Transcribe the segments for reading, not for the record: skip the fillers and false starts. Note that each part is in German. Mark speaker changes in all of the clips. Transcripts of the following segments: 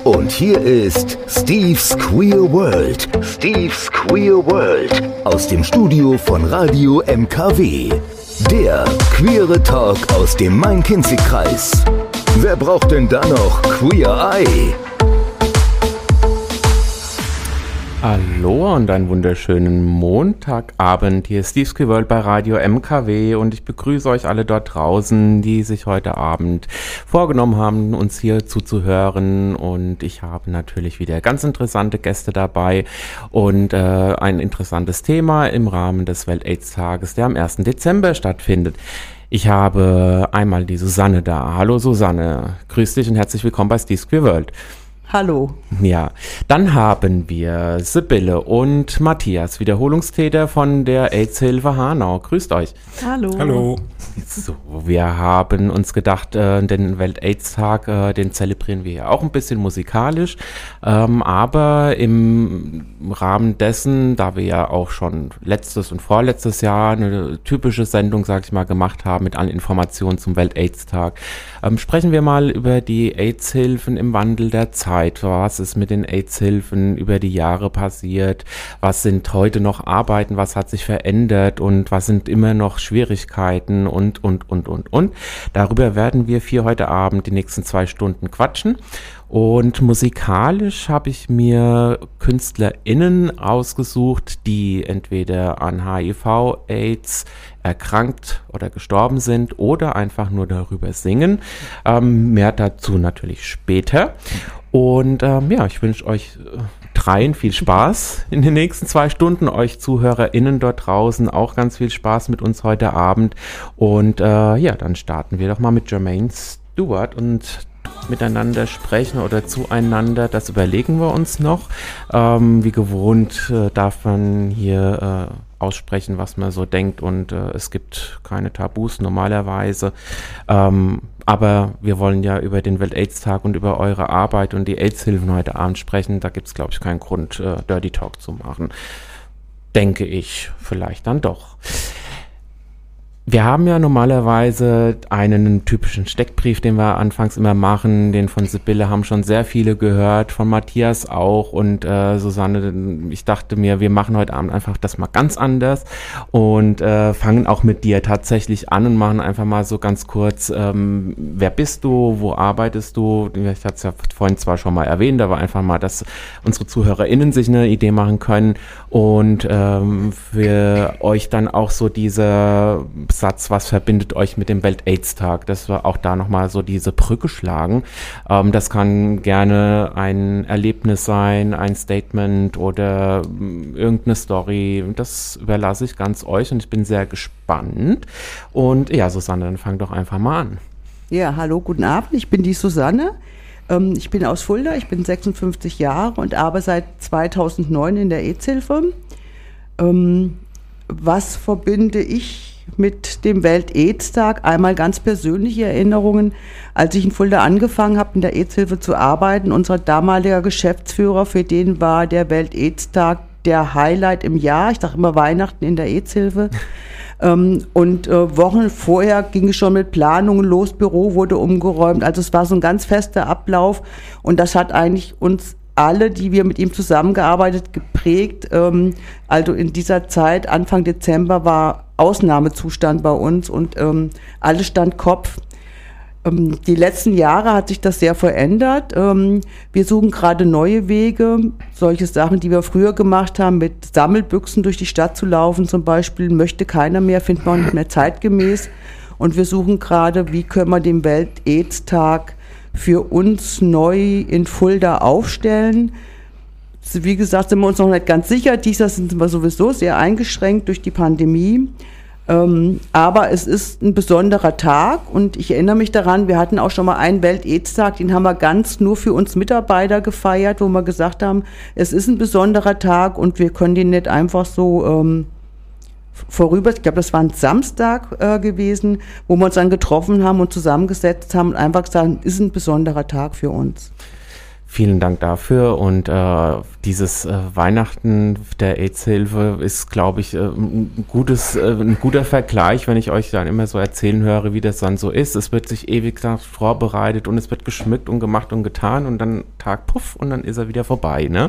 Speaker 1: Und hier ist Steve's Queer World. Steve's Queer World. Aus dem Studio von Radio MKW. Der queere Talk aus dem Main-Kinzig-Kreis. Wer braucht denn da noch Queer Eye?
Speaker 2: Hallo und einen wunderschönen Montagabend. Hier ist Steve's Queer World bei Radio MKW und ich begrüße euch alle dort draußen, die sich heute Abend vorgenommen haben, uns hier zuzuhören. Und ich habe natürlich wieder ganz interessante Gäste dabei und ein interessantes Thema im Rahmen des Welt-AIDS-Tages, der am 1. Dezember stattfindet. Ich habe einmal die Susanne da. Hallo Susanne, grüß dich und herzlich willkommen bei Steve's Queer World.
Speaker 3: Hallo.
Speaker 2: Ja, dann haben wir Sibylle und Matthias, Wiederholungstäter von der AIDS-Hilfe Hanau. Grüßt euch.
Speaker 3: Hallo.
Speaker 4: Hallo.
Speaker 2: So, wir haben uns gedacht, den Welt-AIDS-Tag, den zelebrieren wir ja auch ein bisschen musikalisch, aber im Rahmen dessen, da wir ja auch schon letztes und vorletztes Jahr eine typische Sendung, sag ich mal, gemacht haben mit allen Informationen zum Welt-AIDS-Tag, sprechen wir mal über die AIDS-Hilfen im Wandel der Zeit. Was ist mit den AIDS-Hilfen über die Jahre passiert? Was sind heute noch Arbeiten? Was hat sich verändert? Und was sind immer noch Schwierigkeiten? Und. Darüber werden wir heute Abend die nächsten 2 Stunden quatschen. Und musikalisch habe ich mir KünstlerInnen ausgesucht, die entweder an HIV, AIDS erkrankt oder gestorben sind oder einfach nur darüber singen. Mehr dazu natürlich später. Und ich wünsche euch dreien viel Spaß in den nächsten 2 Stunden. Euch ZuhörerInnen dort draußen auch ganz viel Spaß mit uns heute Abend. Und dann starten wir doch mal mit Jermaine Stewart und miteinander sprechen oder zueinander, das überlegen wir uns noch. Wie gewohnt darf man hier aussprechen, was man so denkt und es gibt keine Tabus normalerweise. Aber wir wollen ja über den Welt-AIDS-Tag und über eure Arbeit und die AIDS-Hilfen heute Abend sprechen. Da gibt es, glaube ich, keinen Grund, Dirty Talk zu machen. Denke ich, vielleicht dann doch. Wir haben ja normalerweise einen typischen Steckbrief, den wir anfangs immer machen. Den von Sibylle haben schon sehr viele gehört, von Matthias auch und Susanne. Ich dachte mir, wir machen heute Abend einfach das mal ganz anders und fangen auch mit dir tatsächlich an und machen einfach mal so ganz kurz, wer bist du, wo arbeitest du? Ich hatte es ja vorhin zwar schon mal erwähnt, aber einfach mal, dass unsere ZuhörerInnen sich eine Idee machen können und für euch dann auch so dieser Satz, was verbindet euch mit dem Welt-AIDS-Tag, dass wir auch da nochmal so diese Brücke schlagen. Das kann gerne ein Erlebnis sein, ein Statement oder irgendeine Story. Das überlasse ich ganz euch und ich bin sehr gespannt. Und ja, Susanne, dann fang doch einfach mal an.
Speaker 3: Ja, hallo, guten Abend, ich bin die Susanne. Ich bin aus Fulda, ich bin 56 Jahre und arbeite seit 2009 in der AIDS-Hilfe. Was verbinde ich mit dem Welt-AIDS-Tag? Einmal ganz persönliche Erinnerungen. Als ich in Fulda angefangen habe, in der AIDS-Hilfe zu arbeiten, unser damaliger Geschäftsführer, für den war der Welt-AIDS-Tag der Highlight im Jahr. Ich sage immer Weihnachten in der AIDS-Hilfe. Wochen vorher ging es schon mit Planungen los, Büro wurde umgeräumt. Also es war so ein ganz fester Ablauf und das hat eigentlich uns alle, die wir mit ihm zusammengearbeitet, geprägt. Also in dieser Zeit, Anfang Dezember, war Ausnahmezustand bei uns und alles stand Kopf. Die letzten Jahre hat sich das sehr verändert. Wir suchen gerade neue Wege. Solche Sachen, die wir früher gemacht haben, mit Sammelbüchsen durch die Stadt zu laufen zum Beispiel, möchte keiner mehr, findet man nicht mehr zeitgemäß. Und wir suchen gerade, wie können wir den Welt-AIDS-Tag für uns neu in Fulda aufstellen. Wie gesagt, sind wir uns noch nicht ganz sicher. Dieses sind wir sowieso sehr eingeschränkt durch die Pandemie. Aber es ist ein besonderer Tag und ich erinnere mich daran, wir hatten auch schon mal einen Welt-AIDS-Tag, den haben wir ganz nur für uns Mitarbeiter gefeiert, wo wir gesagt haben, es ist ein besonderer Tag und wir können den nicht einfach so vorüber, ich glaube, das war ein Samstag gewesen, wo wir uns dann getroffen haben und zusammengesetzt haben und einfach gesagt, ist ein besonderer Tag für uns.
Speaker 2: Vielen Dank dafür und dieses Weihnachten der AIDS-Hilfe ist, glaube ich, ein guter Vergleich, wenn ich euch dann immer so erzählen höre, wie das dann so ist. Es wird sich ewig vorbereitet und es wird geschmückt und gemacht und getan und dann Tag, puff, und dann ist er wieder vorbei, ne?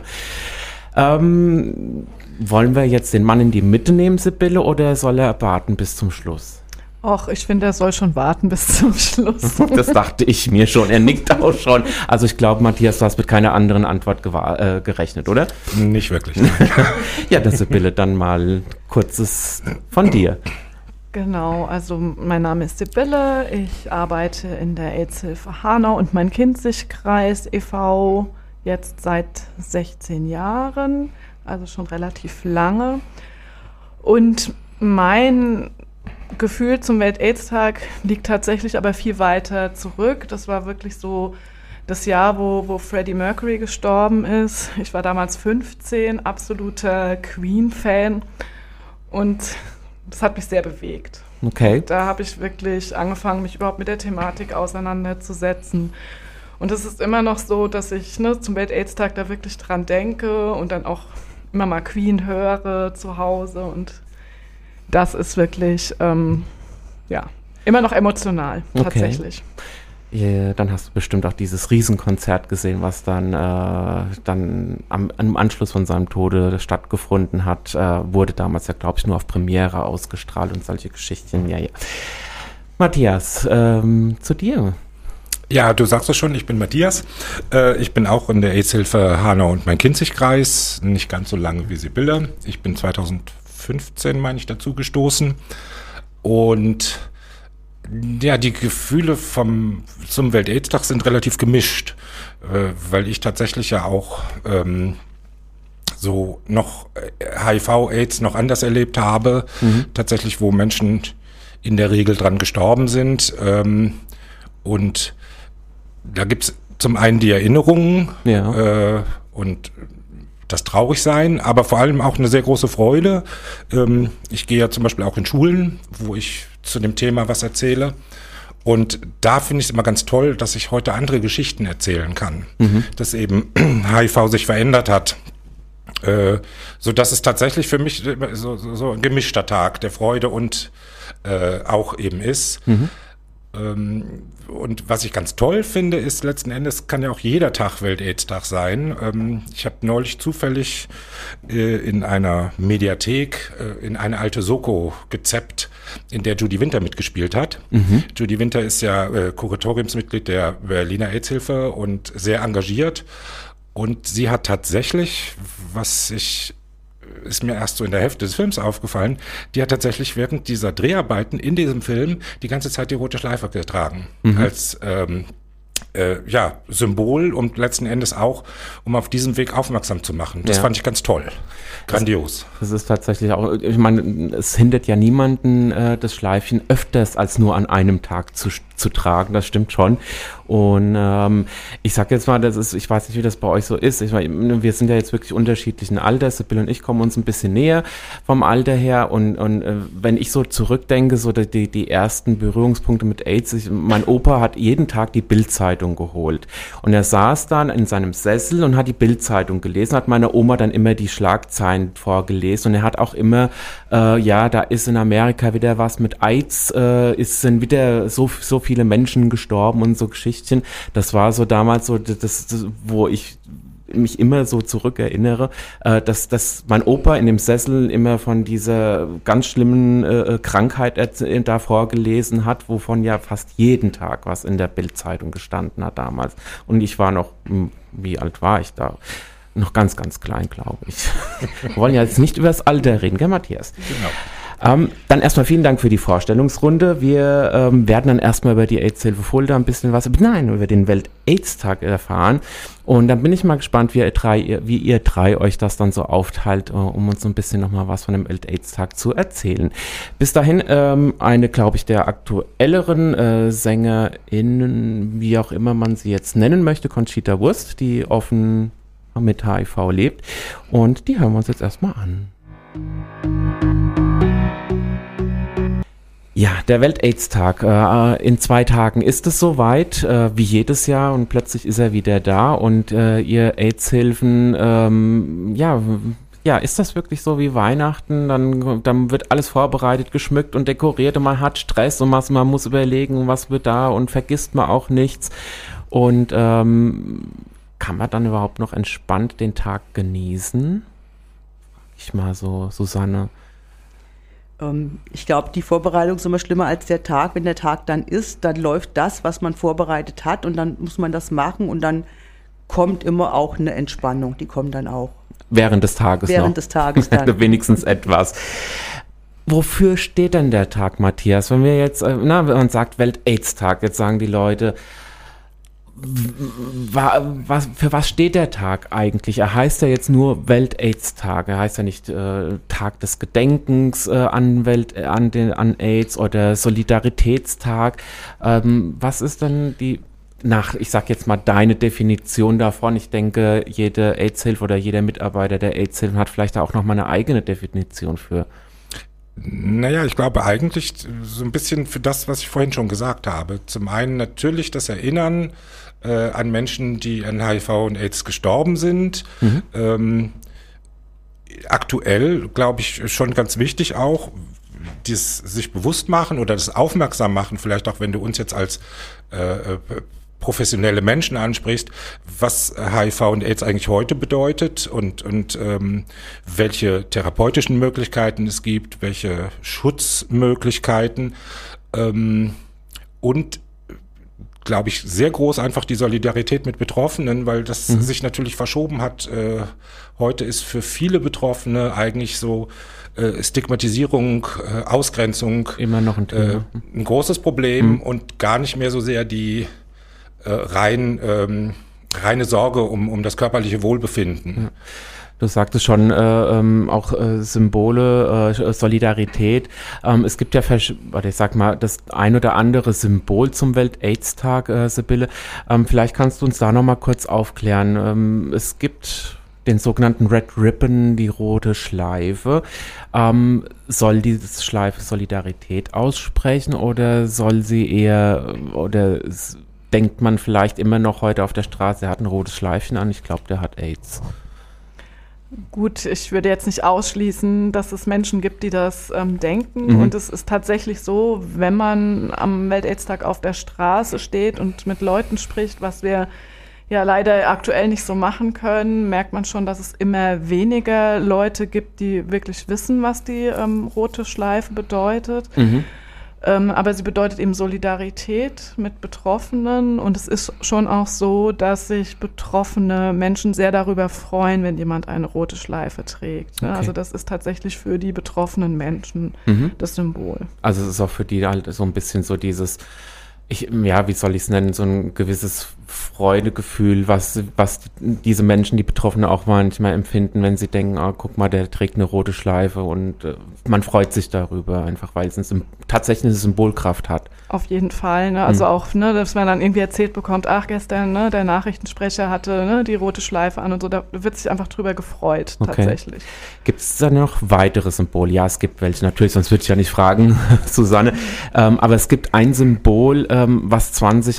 Speaker 2: Wollen wir jetzt den Mann in die Mitte nehmen, Sibylle, oder soll er warten bis zum Schluss?
Speaker 4: Och, ich finde, er soll schon warten bis zum Schluss.
Speaker 2: Das dachte ich mir schon. Er nickt auch schon. Also ich glaube, Matthias, du hast mit keiner anderen Antwort gerechnet, oder?
Speaker 5: Nicht wirklich.
Speaker 2: Ja, das Sibylle, dann mal kurzes von dir.
Speaker 4: Genau, also mein Name ist Sibylle. Ich arbeite in der AIDS-Hilfe Hanau und Main-Kinzig-Kreis e.V. jetzt seit 16 Jahren, also schon relativ lange. Und mein Gefühl zum Welt-AIDS-Tag liegt tatsächlich aber viel weiter zurück. Das war wirklich so das Jahr, wo Freddie Mercury gestorben ist. Ich war damals 15, absoluter Queen-Fan und das hat mich sehr bewegt.
Speaker 2: Okay.
Speaker 4: Da habe ich wirklich angefangen, mich überhaupt mit der Thematik auseinanderzusetzen. Und es ist immer noch so, dass ich zum Welt-AIDS-Tag da wirklich dran denke und dann auch immer mal Queen höre zu Hause und das ist wirklich, immer noch emotional, tatsächlich.
Speaker 2: Okay. Dann hast du bestimmt auch dieses Riesenkonzert gesehen, was dann am Anschluss von seinem Tode stattgefunden hat. Wurde damals ja, glaube ich, nur auf Premiere ausgestrahlt und solche Geschichten. Ja. Matthias, zu dir.
Speaker 5: Ja, du sagst es schon, ich bin Matthias. Ich bin auch in der AIDS-Hilfe Hanau und Main-Kinzig-Kreis, nicht ganz so lange wie Sibylle. Ich bin 2015, meine ich, dazu gestoßen. Und ja, die Gefühle zum Welt-AIDS-Tag sind relativ gemischt, weil ich tatsächlich ja auch so noch HIV-AIDS noch anders erlebt habe, tatsächlich, wo Menschen in der Regel dran gestorben sind. Und da gibt's zum einen die Erinnerungen und das Traurigsein, aber vor allem auch eine sehr große Freude. Ich gehe ja zum Beispiel auch in Schulen, wo ich zu dem Thema was erzähle. Und da finde ich es immer ganz toll, dass ich heute andere Geschichten erzählen kann. Dass eben HIV sich verändert hat. So dass es tatsächlich für mich so ein gemischter Tag der Freude und auch eben ist. Und was ich ganz toll finde, ist letzten Endes kann ja auch jeder Tag Welt-AIDS-Tag sein. Ich habe neulich zufällig in einer Mediathek in eine alte Soko gezappt, in der Judy Winter mitgespielt hat. Judy Winter ist ja Kuratoriumsmitglied der Berliner AIDS-Hilfe und sehr engagiert. Und sie hat tatsächlich, ist mir erst so in der Hälfte des Films aufgefallen, die hat tatsächlich während dieser Dreharbeiten in diesem Film die ganze Zeit die rote Schleife getragen. Als Symbol und letzten Endes auch, um auf diesem Weg aufmerksam zu machen. Das fand ich ganz toll. Grandios.
Speaker 2: Das ist tatsächlich auch, ich meine, es hindert ja niemanden, das Schleifchen öfters als nur an einem Tag zu tragen, das stimmt schon. Und ich sag jetzt mal, ich weiß nicht, wie das bei euch so ist. Ich meine, wir sind ja jetzt wirklich unterschiedlichen Alters. Sibylle und ich kommen uns ein bisschen näher vom Alter her. Und wenn ich so zurückdenke, so die ersten Berührungspunkte mit AIDS, mein Opa hat jeden Tag die Bild-Zeitung geholt. Und er saß dann in seinem Sessel und hat die Bild-Zeitung gelesen, hat meiner Oma dann immer die Schlagzeilen vorgelesen. Und er hat auch immer, da ist in Amerika wieder was mit AIDS, sind wieder so viele Menschen gestorben und so Geschichten. Das war so damals so, das wo ich mich immer so zurückerinnere, dass mein Opa in dem Sessel immer von dieser ganz schlimmen Krankheit da vorgelesen hat, wovon ja fast jeden Tag was in der Bild-Zeitung gestanden hat damals. Und ich war noch, wie alt war ich da? Noch ganz, ganz klein, glaube ich. Wir wollen ja jetzt nicht über das Alter reden, gell, Matthias?
Speaker 5: Genau.
Speaker 2: Dann erstmal vielen Dank für die Vorstellungsrunde. Wir werden dann erstmal über die AIDS-Hilfe Fulda ein bisschen über den Welt-AIDS-Tag erfahren. Und dann bin ich mal gespannt, wie ihr drei euch das dann so aufteilt, um uns so ein bisschen nochmal was von dem Welt-AIDS-Tag zu erzählen. Bis dahin eine, glaube ich, der aktuelleren SängerInnen, wie auch immer man sie jetzt nennen möchte, Conchita Wurst, die offen mit HIV lebt. Und die hören wir uns jetzt erstmal an. Ja, der Welt-AIDS-Tag. In 2 Tagen ist es soweit, wie jedes Jahr, und plötzlich ist er wieder da. Und ihr AIDS-Hilfen, ist das wirklich so wie Weihnachten? Dann wird alles vorbereitet, geschmückt und dekoriert und man hat Stress und man muss überlegen, was wird da, und vergisst man auch nichts. Und kann man dann überhaupt noch entspannt den Tag genießen? Frag ich mal so, Susanne.
Speaker 3: Ich glaube, die Vorbereitung ist immer schlimmer als der Tag. Wenn der Tag dann ist, dann läuft das, was man vorbereitet hat, und dann muss man das machen, und dann kommt immer auch eine Entspannung. Die kommt dann auch.
Speaker 2: Während des Tages
Speaker 3: des Tages dann.
Speaker 2: Wenigstens etwas. Wofür steht denn der Tag, Matthias? Wenn wir jetzt, wenn man sagt Welt-AIDS-Tag, jetzt sagen die Leute, für was steht der Tag eigentlich? Er heißt ja jetzt nur Welt-AIDS-Tag. Er heißt ja nicht Tag des Gedenkens an AIDS oder Solidaritätstag. Was ist denn ich sag jetzt mal deine Definition davon? Ich denke, jede AIDS-Hilfe oder jeder Mitarbeiter der AIDS-Hilfe hat vielleicht auch nochmal eine eigene Definition für.
Speaker 5: Naja, ich glaube eigentlich so ein bisschen für das, was ich vorhin schon gesagt habe. Zum einen natürlich das Erinnern an Menschen, die an HIV und AIDS gestorben sind. Aktuell, glaube ich, schon ganz wichtig auch, das sich bewusst machen oder das aufmerksam machen, vielleicht auch wenn du uns jetzt als professionelle Menschen ansprichst, was HIV und AIDS eigentlich heute bedeutet und welche therapeutischen Möglichkeiten es gibt, welche Schutzmöglichkeiten und glaube ich, sehr groß einfach die Solidarität mit Betroffenen, weil das sich natürlich verschoben hat. Heute ist für viele Betroffene eigentlich so Stigmatisierung, Ausgrenzung
Speaker 2: immer noch ein Thema.
Speaker 5: Ein großes Problem und gar nicht mehr so sehr die reine Sorge um das körperliche Wohlbefinden.
Speaker 2: Ja. Du sagtest schon, auch Symbole, Solidarität. Es gibt ja, ich sag mal, das ein oder andere Symbol zum Welt-AIDS-Tag, Sibylle. Vielleicht kannst du uns da nochmal kurz aufklären. Es gibt den sogenannten Red Ribbon, die rote Schleife. Soll diese Schleife Solidarität aussprechen oder soll sie eher, oder denkt man vielleicht immer noch heute auf der Straße, er hat ein rotes Schleifchen an, ich glaube, der hat AIDS?
Speaker 4: Gut, ich würde jetzt nicht ausschließen, dass es Menschen gibt, die das denken. Und es ist tatsächlich so, wenn man am Welt-AIDS-Tag auf der Straße steht und mit Leuten spricht, was wir ja leider aktuell nicht so machen können, merkt man schon, dass es immer weniger Leute gibt, die wirklich wissen, was die rote Schleife bedeutet. Aber sie bedeutet eben Solidarität mit Betroffenen, und es ist schon auch so, dass sich betroffene Menschen sehr darüber freuen, wenn jemand eine rote Schleife trägt. Ne? Okay. Also das ist tatsächlich für die betroffenen Menschen das Symbol.
Speaker 2: Also es ist auch für die halt so ein bisschen so dieses, wie soll ich es nennen, so ein gewisses Freudegefühl, was diese Menschen, die Betroffene auch manchmal empfinden, wenn sie denken, guck mal, der trägt eine rote Schleife, und man freut sich darüber, einfach weil es tatsächlich eine Symbolkraft hat. Auf jeden Fall, ne? Also auch, ne, dass man dann irgendwie erzählt bekommt, gestern, ne, der Nachrichtensprecher hatte die rote Schleife an und so, da wird sich einfach drüber gefreut, tatsächlich. Gibt es da noch weitere Symbole? Ja, es gibt welche, natürlich, sonst würde ich ja nicht fragen, Susanne, aber es gibt ein Symbol, was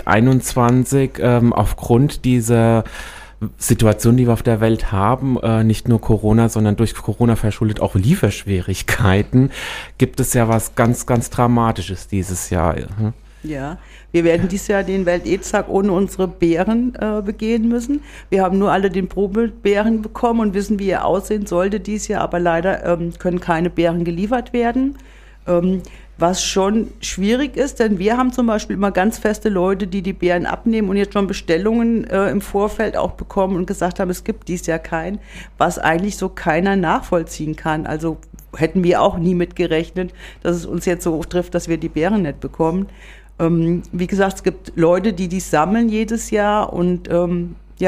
Speaker 2: 2021 aufgrund dieser Situation, die wir auf der Welt haben, nicht nur Corona, sondern durch Corona verschuldet auch Lieferschwierigkeiten, gibt es ja was ganz, ganz Dramatisches dieses Jahr.
Speaker 3: Ja, wir werden dieses Jahr den Welt-AIDS-Tag ohne unsere Bären begehen müssen. Wir haben nur alle den Probebären bekommen und wissen, wie er aussehen sollte dieses Jahr, aber leider können keine Bären geliefert werden. Was schon schwierig ist, denn wir haben zum Beispiel immer ganz feste Leute, die Bären abnehmen und jetzt schon Bestellungen im Vorfeld auch bekommen und gesagt haben, es gibt dies Jahr keinen, was eigentlich so keiner nachvollziehen kann. Also hätten wir auch nie mitgerechnet, dass es uns jetzt so trifft, dass wir die Bären nicht bekommen. Wie gesagt, es gibt Leute, die sammeln jedes Jahr und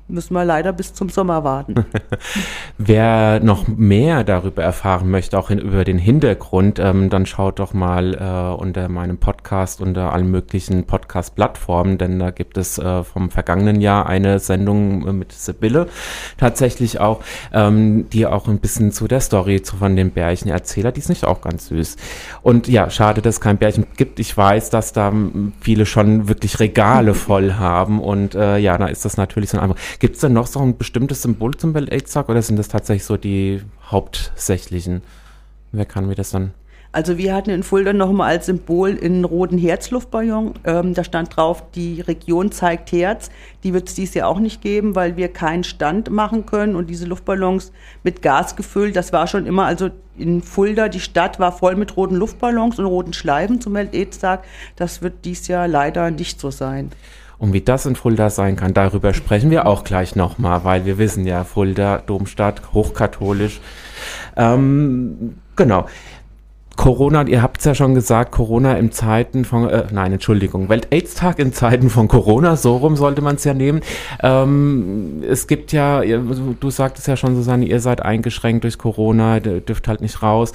Speaker 3: müssen wir leider bis zum Sommer warten.
Speaker 2: Wer noch mehr darüber erfahren möchte, auch über den Hintergrund, dann schaut doch mal unter meinem Podcast, unter allen möglichen Podcast-Plattformen, denn da gibt es vom vergangenen Jahr eine Sendung mit Sibylle tatsächlich auch, die auch ein bisschen zu der Story von den Bärchen erzählt. Die ist nicht auch ganz süß. Und ja, schade, dass es kein Bärchen gibt. Ich weiß, dass da viele schon wirklich Regale voll haben und ja, da ist das natürlich so ein einfach. Gibt es denn noch so ein bestimmtes Symbol zum Welt-AIDS-Tag oder sind das tatsächlich so die hauptsächlichen? Wer kann mir das dann?
Speaker 3: Also wir hatten in Fulda nochmal als Symbol einen roten Herzluftballon. Da stand drauf, die Region zeigt Herz. Die wird es dieses Jahr auch nicht geben, weil wir keinen Stand machen können. Und diese Luftballons mit Gas gefüllt, das war schon immer, also in Fulda, die Stadt war voll mit roten Luftballons und roten Schleifen zum Welt-AIDS-Tag. Das wird dieses Jahr leider nicht so sein.
Speaker 2: Und wie das in Fulda sein kann, darüber sprechen wir auch gleich nochmal, weil wir wissen ja, Fulda, Domstadt, hochkatholisch. Genau. Corona, ihr habt es ja schon gesagt, Corona in Zeiten von, Welt-AIDS-Tag in Zeiten von Corona, so rum sollte man es ja nehmen. Es gibt ja, du sagtest ja schon, Susanne, ihr seid eingeschränkt durch Corona, dürft halt nicht raus.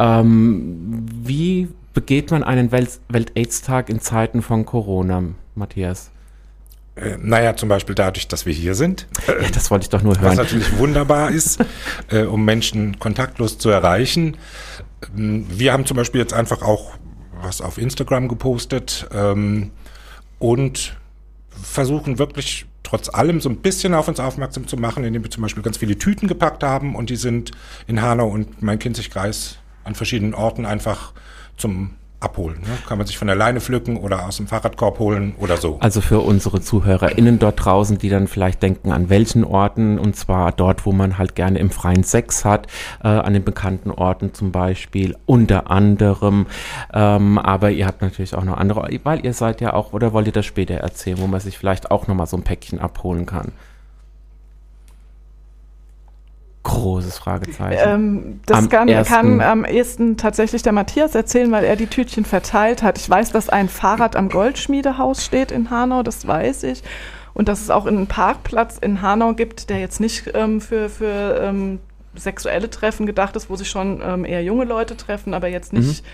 Speaker 2: Wie begeht man einen Welt-AIDS-Tag in Zeiten von Corona, Matthias?
Speaker 5: Naja, zum Beispiel dadurch, dass wir hier sind.
Speaker 2: Ja, das wollte ich doch nur hören.
Speaker 5: Was natürlich wunderbar ist, um Menschen kontaktlos zu erreichen. Wir haben zum Beispiel jetzt einfach auch was auf Instagram gepostet und versuchen wirklich trotz allem so ein bisschen auf uns aufmerksam zu machen, indem wir zum Beispiel ganz viele Tüten gepackt haben und die sind in Hanau und Main-Kinzig-Kreis an verschiedenen Orten einfach zum Abholen. Ne? Kann man sich von der Leine pflücken oder aus dem Fahrradkorb holen oder so.
Speaker 2: Also für unsere ZuhörerInnen dort draußen, die dann vielleicht denken, an welchen Orten, und zwar dort, wo man halt gerne im freien Sex hat, an den bekannten Orten zum Beispiel, unter anderem, aber ihr habt natürlich auch noch andere, weil ihr seid ja auch, oder wollt ihr das später erzählen, wo man sich vielleicht auch nochmal so ein Päckchen abholen kann? Großes Fragezeichen.
Speaker 4: Das kann am ehesten tatsächlich der Matthias erzählen, weil er die Tütchen verteilt hat. Ich weiß, dass ein Fahrrad am Goldschmiedehaus steht in Hanau, das weiß ich. Und dass es auch einen Parkplatz in Hanau gibt, der jetzt nicht für sexuelle Treffen gedacht ist, wo sich schon eher junge Leute treffen, aber jetzt nicht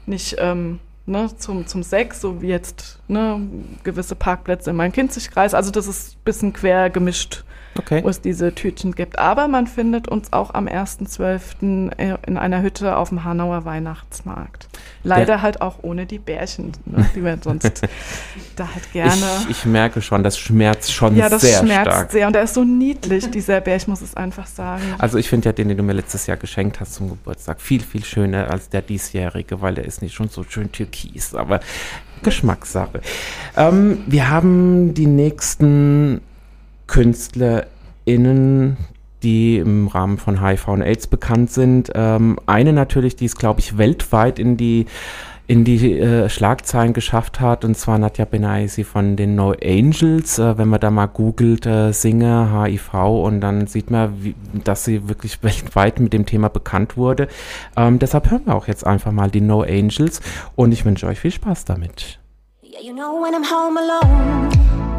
Speaker 4: zum Sex, so wie jetzt gewisse Parkplätze im Main-Kinzig-Kreis. Also das ist ein bisschen quer gemischt. Okay. Wo es diese Tütchen gibt. Aber man findet uns auch am 1.12. in einer Hütte auf dem Hanauer Weihnachtsmarkt. Leider halt auch ohne die Bärchen, die wir sonst da halt gerne...
Speaker 2: Ich merke schon, das schmerzt schon sehr stark. Ja, das schmerzt sehr
Speaker 4: und er ist so niedlich, dieser Bär, ich muss es einfach sagen.
Speaker 2: Also ich finde ja den du mir letztes Jahr geschenkt hast zum Geburtstag, viel, viel schöner als der diesjährige, weil der ist nicht schon so schön türkis, aber Geschmackssache. Wir haben die nächsten KünstlerInnen, die im Rahmen von HIV und AIDS bekannt sind. Eine natürlich, die es, glaube ich, weltweit in die Schlagzeilen geschafft hat, und zwar Nadja Benaisi von den No Angels. Wenn man da mal googelt, Singer, HIV, und dann sieht man, dass sie wirklich weltweit mit dem Thema bekannt wurde. Deshalb hören wir auch jetzt einfach mal die No Angels und ich wünsche euch viel Spaß damit. Yeah, you know when I'm home alone.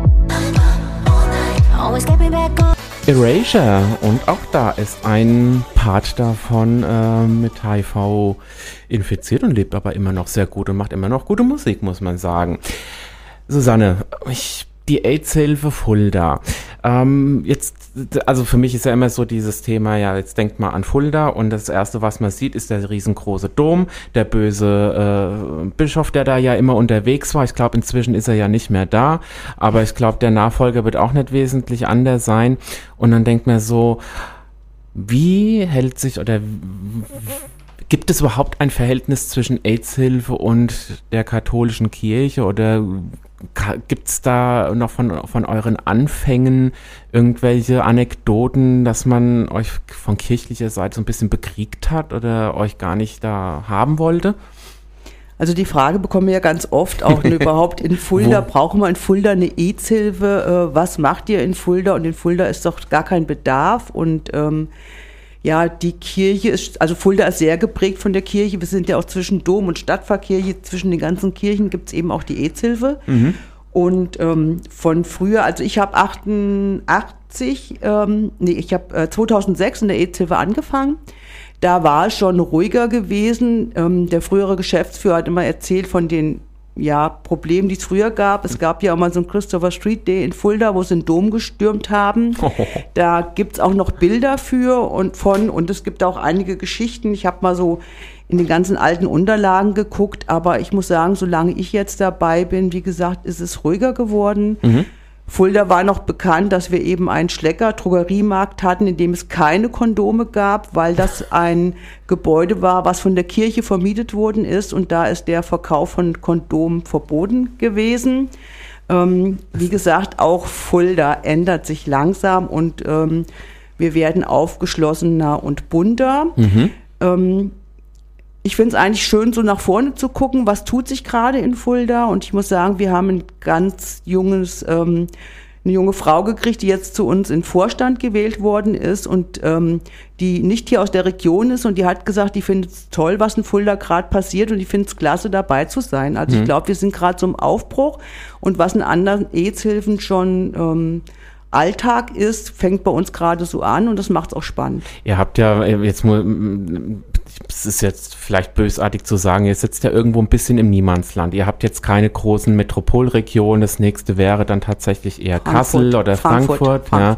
Speaker 2: Erasure, und auch da ist ein Part davon mit HIV infiziert und lebt aber immer noch sehr gut und macht immer noch gute Musik, muss man sagen. Susanne, die AIDS-Hilfe Fulda. Also für mich ist ja immer so dieses Thema, ja, jetzt denkt mal an Fulda und das Erste, was man sieht, ist der riesengroße Dom, der böse Bischof, der da ja immer unterwegs war. Ich glaube, inzwischen ist er ja nicht mehr da, aber ich glaube, der Nachfolger wird auch nicht wesentlich anders sein. Und dann denkt man so, wie hält sich oder gibt es überhaupt ein Verhältnis zwischen AIDS-Hilfe und der katholischen Kirche, oder gibt es da noch von euren Anfängen irgendwelche Anekdoten, dass man euch von kirchlicher Seite so ein bisschen bekriegt hat oder euch gar nicht da haben wollte?
Speaker 3: Also die Frage bekommen wir ja ganz oft, auch überhaupt in Fulda, brauchen wir in Fulda eine AIDS-Hilfe? Was macht ihr in Fulda? Und in Fulda ist doch gar kein Bedarf. Und ja, die Kirche ist, also Fulda ist sehr geprägt von der Kirche. Wir sind ja auch zwischen Dom und Stadtpfarrkirche, zwischen den ganzen Kirchen gibt es eben auch die AIDS-Hilfe. Mhm. Und von früher, also ich habe 2006 in der EZ-Hilfe angefangen. Da war es schon ruhiger gewesen. Der frühere Geschäftsführer hat immer erzählt von den Problemen, die es früher gab. Es gab ja auch mal so einen Christopher Street Day in Fulda, wo sie den Dom gestürmt haben. Da gibt's auch noch Bilder und es gibt auch einige Geschichten. Ich habe mal so in den ganzen alten Unterlagen geguckt, aber ich muss sagen, solange ich jetzt dabei bin, wie gesagt, ist es ruhiger geworden. Fulda war noch bekannt, dass wir eben einen Schlecker-Drogeriemarkt hatten, in dem es keine Kondome gab, weil das ein Gebäude war, was von der Kirche vermietet worden ist und da ist der Verkauf von Kondomen verboten gewesen. Wie gesagt, auch Fulda ändert sich langsam und wir werden aufgeschlossener und bunter. Ich finde es eigentlich schön, so nach vorne zu gucken, was tut sich gerade in Fulda. Und ich muss sagen, wir haben ein ganz eine junge Frau gekriegt, die jetzt zu uns in Vorstand gewählt worden ist und die nicht hier aus der Region ist. Und die hat gesagt, die findet es toll, was in Fulda gerade passiert und die findet es klasse, dabei zu sein. Also ich glaube, wir sind gerade so im Aufbruch. Und was in anderen EZ-Hilfen schon Alltag ist, fängt bei uns gerade so an und das macht es auch spannend.
Speaker 2: Ihr habt ja jetzt es ist jetzt vielleicht bösartig zu sagen, ihr sitzt ja irgendwo ein bisschen im Niemandsland. Ihr habt jetzt keine großen Metropolregionen. Das nächste wäre dann tatsächlich eher Kassel oder Frankfurt. Ja.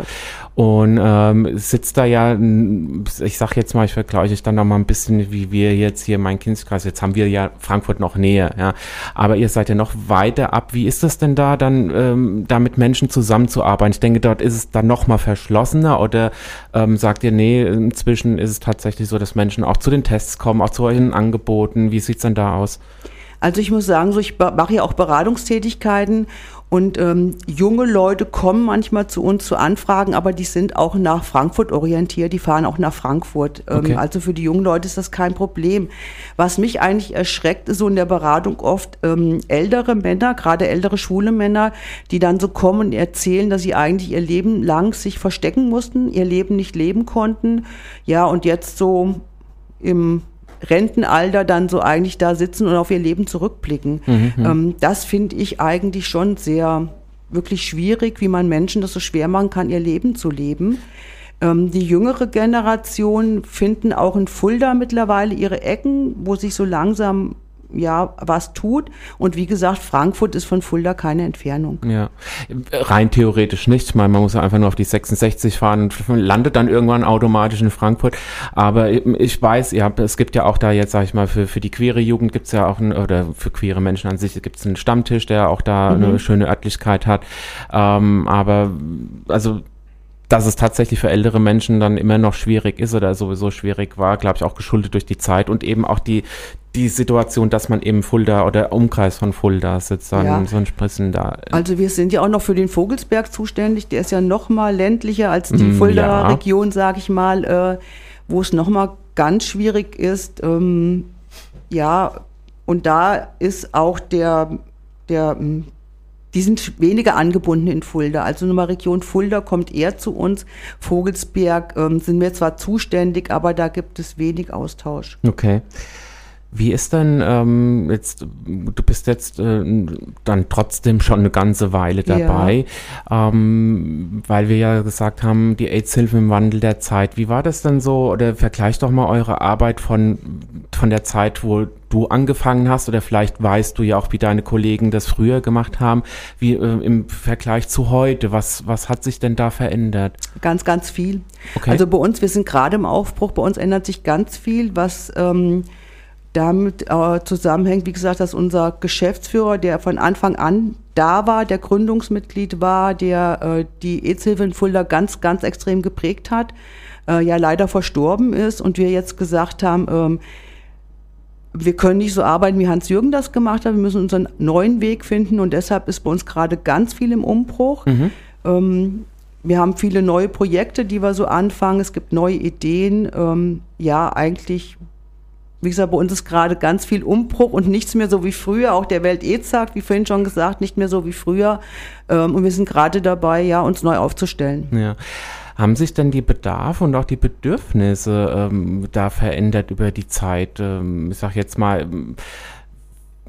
Speaker 2: Und sitzt da ja, ich sag jetzt mal, ich vergleiche es dann noch mal ein bisschen, wie wir jetzt hier mein Kinskreis, jetzt haben wir ja Frankfurt noch näher, ja. Aber ihr seid ja noch weiter ab. Wie ist das denn da dann, da mit Menschen zusammenzuarbeiten? Ich denke, dort ist es dann noch mal verschlossener oder sagt ihr, nee, inzwischen ist es tatsächlich so, dass Menschen auch zu den Tests kommen, auch zu euren Angeboten. Wie sieht's denn da aus?
Speaker 3: Also ich muss sagen, ich mache ja auch Beratungstätigkeiten und junge Leute kommen manchmal zu uns zu Anfragen, aber die sind auch nach Frankfurt orientiert, die fahren auch nach Frankfurt.
Speaker 2: Okay.
Speaker 3: Also für die jungen Leute ist das kein Problem. Was mich eigentlich erschreckt, ist so in der Beratung oft ältere Männer, gerade ältere schwule Männer, die dann so kommen und erzählen, dass sie eigentlich ihr Leben lang sich verstecken mussten, ihr Leben nicht leben konnten, ja, und jetzt so im Rentenalter dann so eigentlich da sitzen und auf ihr Leben zurückblicken. Das finde ich eigentlich schon sehr wirklich schwierig, wie man Menschen das so schwer machen kann, ihr Leben zu leben. Die jüngere Generation finden auch in Fulda mittlerweile ihre Ecken, wo sich so langsam was tut. Und wie gesagt, Frankfurt ist von Fulda keine Entfernung.
Speaker 2: Ja, rein theoretisch nicht. Ich meine, man muss einfach nur auf die 66 fahren und landet dann irgendwann automatisch in Frankfurt. Aber ich weiß, es gibt ja auch da jetzt, sag ich mal, für die queere Jugend gibt's ja auch oder für queere Menschen an sich gibt's einen Stammtisch, der auch da eine schöne Örtlichkeit hat. Aber also dass es tatsächlich für ältere Menschen dann immer noch schwierig ist oder sowieso schwierig war, glaube ich, auch geschuldet durch die Zeit und eben auch die Situation, dass man eben Fulda oder Umkreis von Fulda sitzt, dann so ein Spritzen da.
Speaker 3: Also wir sind ja auch noch für den Vogelsberg zuständig, der ist ja noch mal ländlicher als die Fulda-Region, sage ich mal, wo es noch mal ganz schwierig ist. Und da ist auch die sind weniger angebunden in Fulda. Also Nummer Region Fulda kommt eher zu uns. Vogelsberg sind wir zwar zuständig, aber da gibt es wenig Austausch.
Speaker 2: Okay. Wie ist denn du bist jetzt dann trotzdem schon eine ganze Weile dabei, weil wir ja gesagt haben, die AIDS-Hilfe im Wandel der Zeit. Wie war das denn so, oder vergleich doch mal eure Arbeit von der Zeit, wo du angefangen hast, oder vielleicht weißt du ja auch, wie deine Kollegen das früher gemacht haben, wie im Vergleich zu heute. Was hat sich denn da verändert? Ganz, ganz viel. Okay.
Speaker 3: Also bei uns, wir sind gerade im Aufbruch, bei uns ändert sich ganz viel, was damit zusammenhängt, wie gesagt, dass unser Geschäftsführer, der von Anfang an da war, der Gründungsmitglied war, der die AIDS-Hilfe in Fulda ganz, ganz extrem geprägt hat, leider verstorben ist und wir jetzt gesagt haben, wir können nicht so arbeiten, wie Hans-Jürgen das gemacht hat, wir müssen unseren neuen Weg finden und deshalb ist bei uns gerade ganz viel im Umbruch. Wir haben viele neue Projekte, die wir so anfangen, es gibt neue Ideen, eigentlich. Wie gesagt, bei uns ist gerade ganz viel Umbruch und nichts mehr so wie früher. Auch der Welt-AIDS-Tag, wie vorhin schon gesagt, nicht mehr so wie früher. Und wir sind gerade dabei, uns neu aufzustellen.
Speaker 2: Ja. Haben sich denn die Bedarfe und auch die Bedürfnisse da verändert über die Zeit? Ich sag jetzt mal,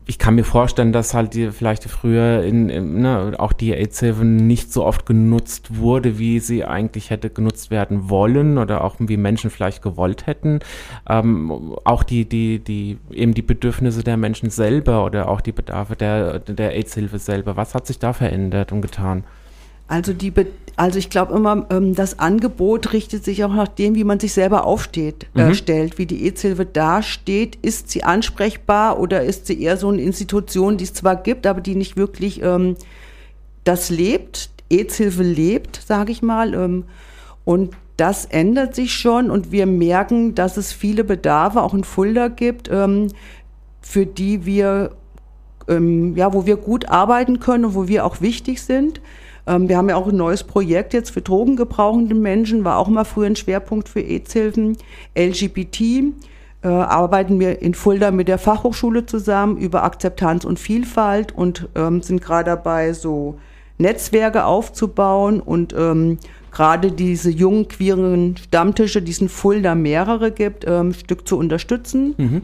Speaker 2: ich kann mir vorstellen, dass halt vielleicht früher auch die AIDS-Hilfe nicht so oft genutzt wurde, wie sie eigentlich hätte genutzt werden wollen oder auch wie Menschen vielleicht gewollt hätten. Auch die Bedürfnisse der Menschen selber oder auch die Bedarfe der AIDS-Hilfe selber. Was hat sich da verändert und getan?
Speaker 3: Also ich glaube immer, das Angebot richtet sich auch nach dem, wie man sich selber stellt, wie die AIDS-Hilfe dasteht. Ist sie ansprechbar oder ist sie eher so eine Institution, die es zwar gibt, aber die nicht wirklich das lebt, AIDS-Hilfe lebt, sage ich mal. Und das ändert sich schon und wir merken, dass es viele Bedarfe auch in Fulda gibt, für die wir, wo wir gut arbeiten können und wo wir auch wichtig sind. Wir haben ja auch ein neues Projekt jetzt für drogengebrauchende Menschen, war auch mal früher ein Schwerpunkt für AIDS-Hilfen. LGBT arbeiten wir in Fulda mit der Fachhochschule zusammen über Akzeptanz und Vielfalt und sind gerade dabei, so Netzwerke aufzubauen und gerade diese jungen queeren Stammtische, die es in Fulda mehrere gibt, ein Stück zu unterstützen.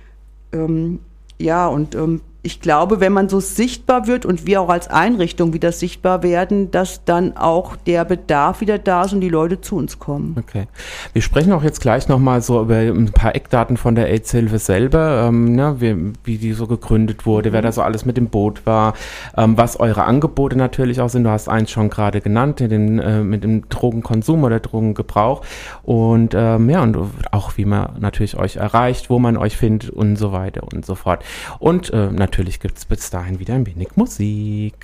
Speaker 3: Ich glaube, wenn man so sichtbar wird und wir auch als Einrichtung wieder sichtbar werden, dass dann auch der Bedarf wieder da ist und die Leute zu uns kommen.
Speaker 2: Okay. Wir sprechen auch jetzt gleich nochmal so über ein paar Eckdaten von der AIDS-Hilfe selber, wie die so gegründet wurde, wer da so alles mit im Boot war, was eure Angebote natürlich auch sind. Du hast eins schon gerade genannt, mit dem Drogenkonsum oder Drogengebrauch und und auch wie man natürlich euch erreicht, wo man euch findet und so weiter und so fort. Und natürlich gibt es bis dahin wieder ein wenig Musik.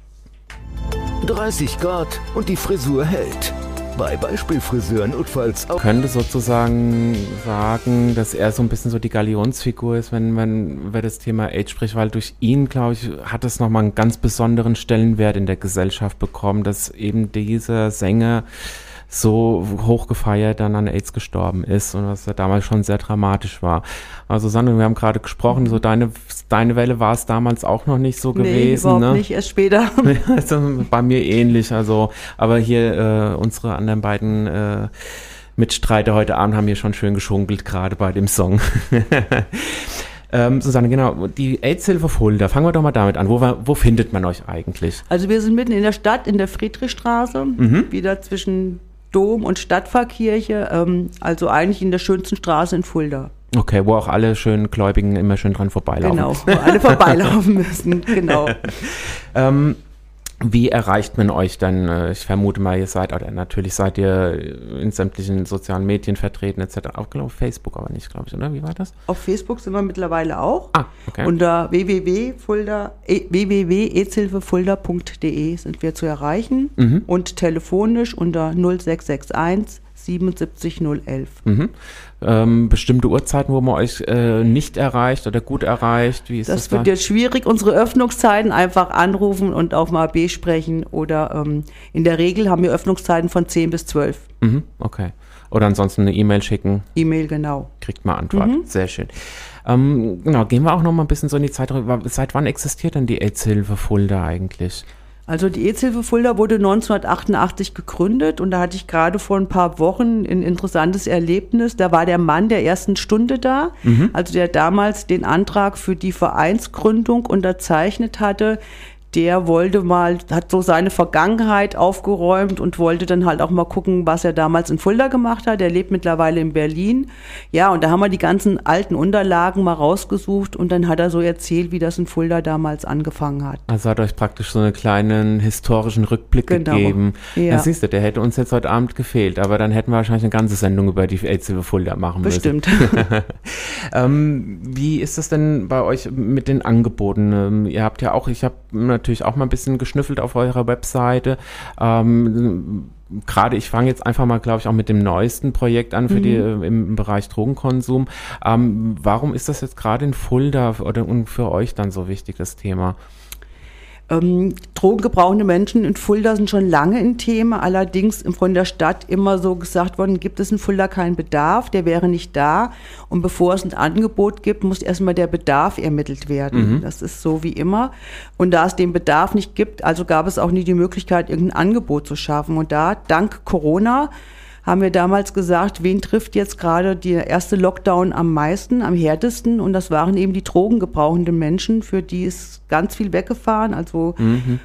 Speaker 1: 30 Grad und die Frisur hält. Bei Beispielfriseuren notfalls auch.
Speaker 2: Könnte sozusagen sagen, dass er so ein bisschen so die Galionsfigur ist, wenn man über das Thema AIDS spricht, weil durch ihn, glaube ich, hat es nochmal einen ganz besonderen Stellenwert in der Gesellschaft bekommen, dass eben dieser Sänger so hoch gefeiert dann an AIDS gestorben ist und was ja damals schon sehr dramatisch war. Also Sandra, wir haben gerade gesprochen, so deine Welle war es damals auch noch nicht so gewesen.
Speaker 3: Nee, überhaupt nicht, erst später.
Speaker 2: Also bei mir ähnlich, also aber hier unsere anderen beiden Mitstreiter heute Abend haben hier schon schön geschunkelt, gerade bei dem Song. Susanne, genau, die AIDS-Hilfe Fulda, fangen wir doch mal damit an. Wo findet man euch eigentlich?
Speaker 3: Also wir sind mitten in der Stadt, in der Friedrichstraße, wieder zwischen Dom und Stadtpfarrkirche, also eigentlich in der schönsten Straße in Fulda.
Speaker 2: Okay, wo auch alle schönen Gläubigen immer schön dran vorbeilaufen.
Speaker 3: Genau, wo alle vorbeilaufen müssen, genau.
Speaker 2: Wie erreicht man euch dann? Ich vermute mal, seid ihr in sämtlichen sozialen Medien vertreten etc. Auch auf Facebook aber nicht, glaube ich, oder? Wie war das?
Speaker 3: Auf Facebook sind wir mittlerweile auch.
Speaker 2: Okay.
Speaker 3: Unter www.aidshilfefulda.de sind wir zu erreichen und telefonisch unter 0661 77 011.
Speaker 2: Bestimmte Uhrzeiten, wo man euch nicht erreicht oder gut erreicht? Wie ist das?
Speaker 3: Das wird jetzt schwierig. Unsere Öffnungszeiten einfach anrufen und auf mal B sprechen oder in der Regel haben wir Öffnungszeiten von 10 bis 12.
Speaker 2: Okay. Oder ansonsten eine E-Mail schicken.
Speaker 3: E-Mail, genau.
Speaker 2: Kriegt man Antwort. Sehr schön. Genau, gehen wir auch noch mal ein bisschen so in die Zeit. Seit wann existiert denn die AIDS-Hilfe Fulda eigentlich?
Speaker 3: Also die AIDS-Hilfe Fulda wurde 1988 gegründet und da hatte ich gerade vor ein paar Wochen ein interessantes Erlebnis. Da war der Mann der ersten Stunde da, also der damals den Antrag für die Vereinsgründung unterzeichnet hatte. Der hat so seine Vergangenheit aufgeräumt und wollte dann halt auch mal gucken, was er damals in Fulda gemacht hat. Er lebt mittlerweile in Berlin. Ja, und da haben wir die ganzen alten Unterlagen mal rausgesucht und dann hat er so erzählt, wie das in Fulda damals angefangen hat.
Speaker 2: Also hat euch praktisch so einen kleinen historischen Rückblick gegeben. Ja. Das siehst du, der hätte uns jetzt heute Abend gefehlt, aber dann hätten wir wahrscheinlich eine ganze Sendung über die AIDS-Hilfe Fulda machen müssen.
Speaker 3: Bestimmt.
Speaker 2: Wie ist das denn bei euch mit den Angeboten? Ihr habt ja auch, ich habe natürlich auch mal ein bisschen geschnüffelt auf eurer Webseite. Gerade, ich fange jetzt einfach mal, glaube ich, auch mit dem neuesten Projekt an für die im Bereich Drogenkonsum. Warum ist das jetzt gerade in Fulda und für euch dann so wichtig, das Thema?
Speaker 3: Drogengebrauchende Menschen in Fulda sind schon lange ein Thema, allerdings von der Stadt immer so gesagt worden, gibt es in Fulda keinen Bedarf, der wäre nicht da und bevor es ein Angebot gibt, muss erstmal der Bedarf ermittelt werden. Das ist so wie immer und da es den Bedarf nicht gibt, also gab es auch nie die Möglichkeit, irgendein Angebot zu schaffen und da, dank Corona, haben wir damals gesagt, wen trifft jetzt gerade der erste Lockdown am meisten, am härtesten? Und das waren eben die drogengebrauchenden Menschen, für die ist ganz viel weggefahren, also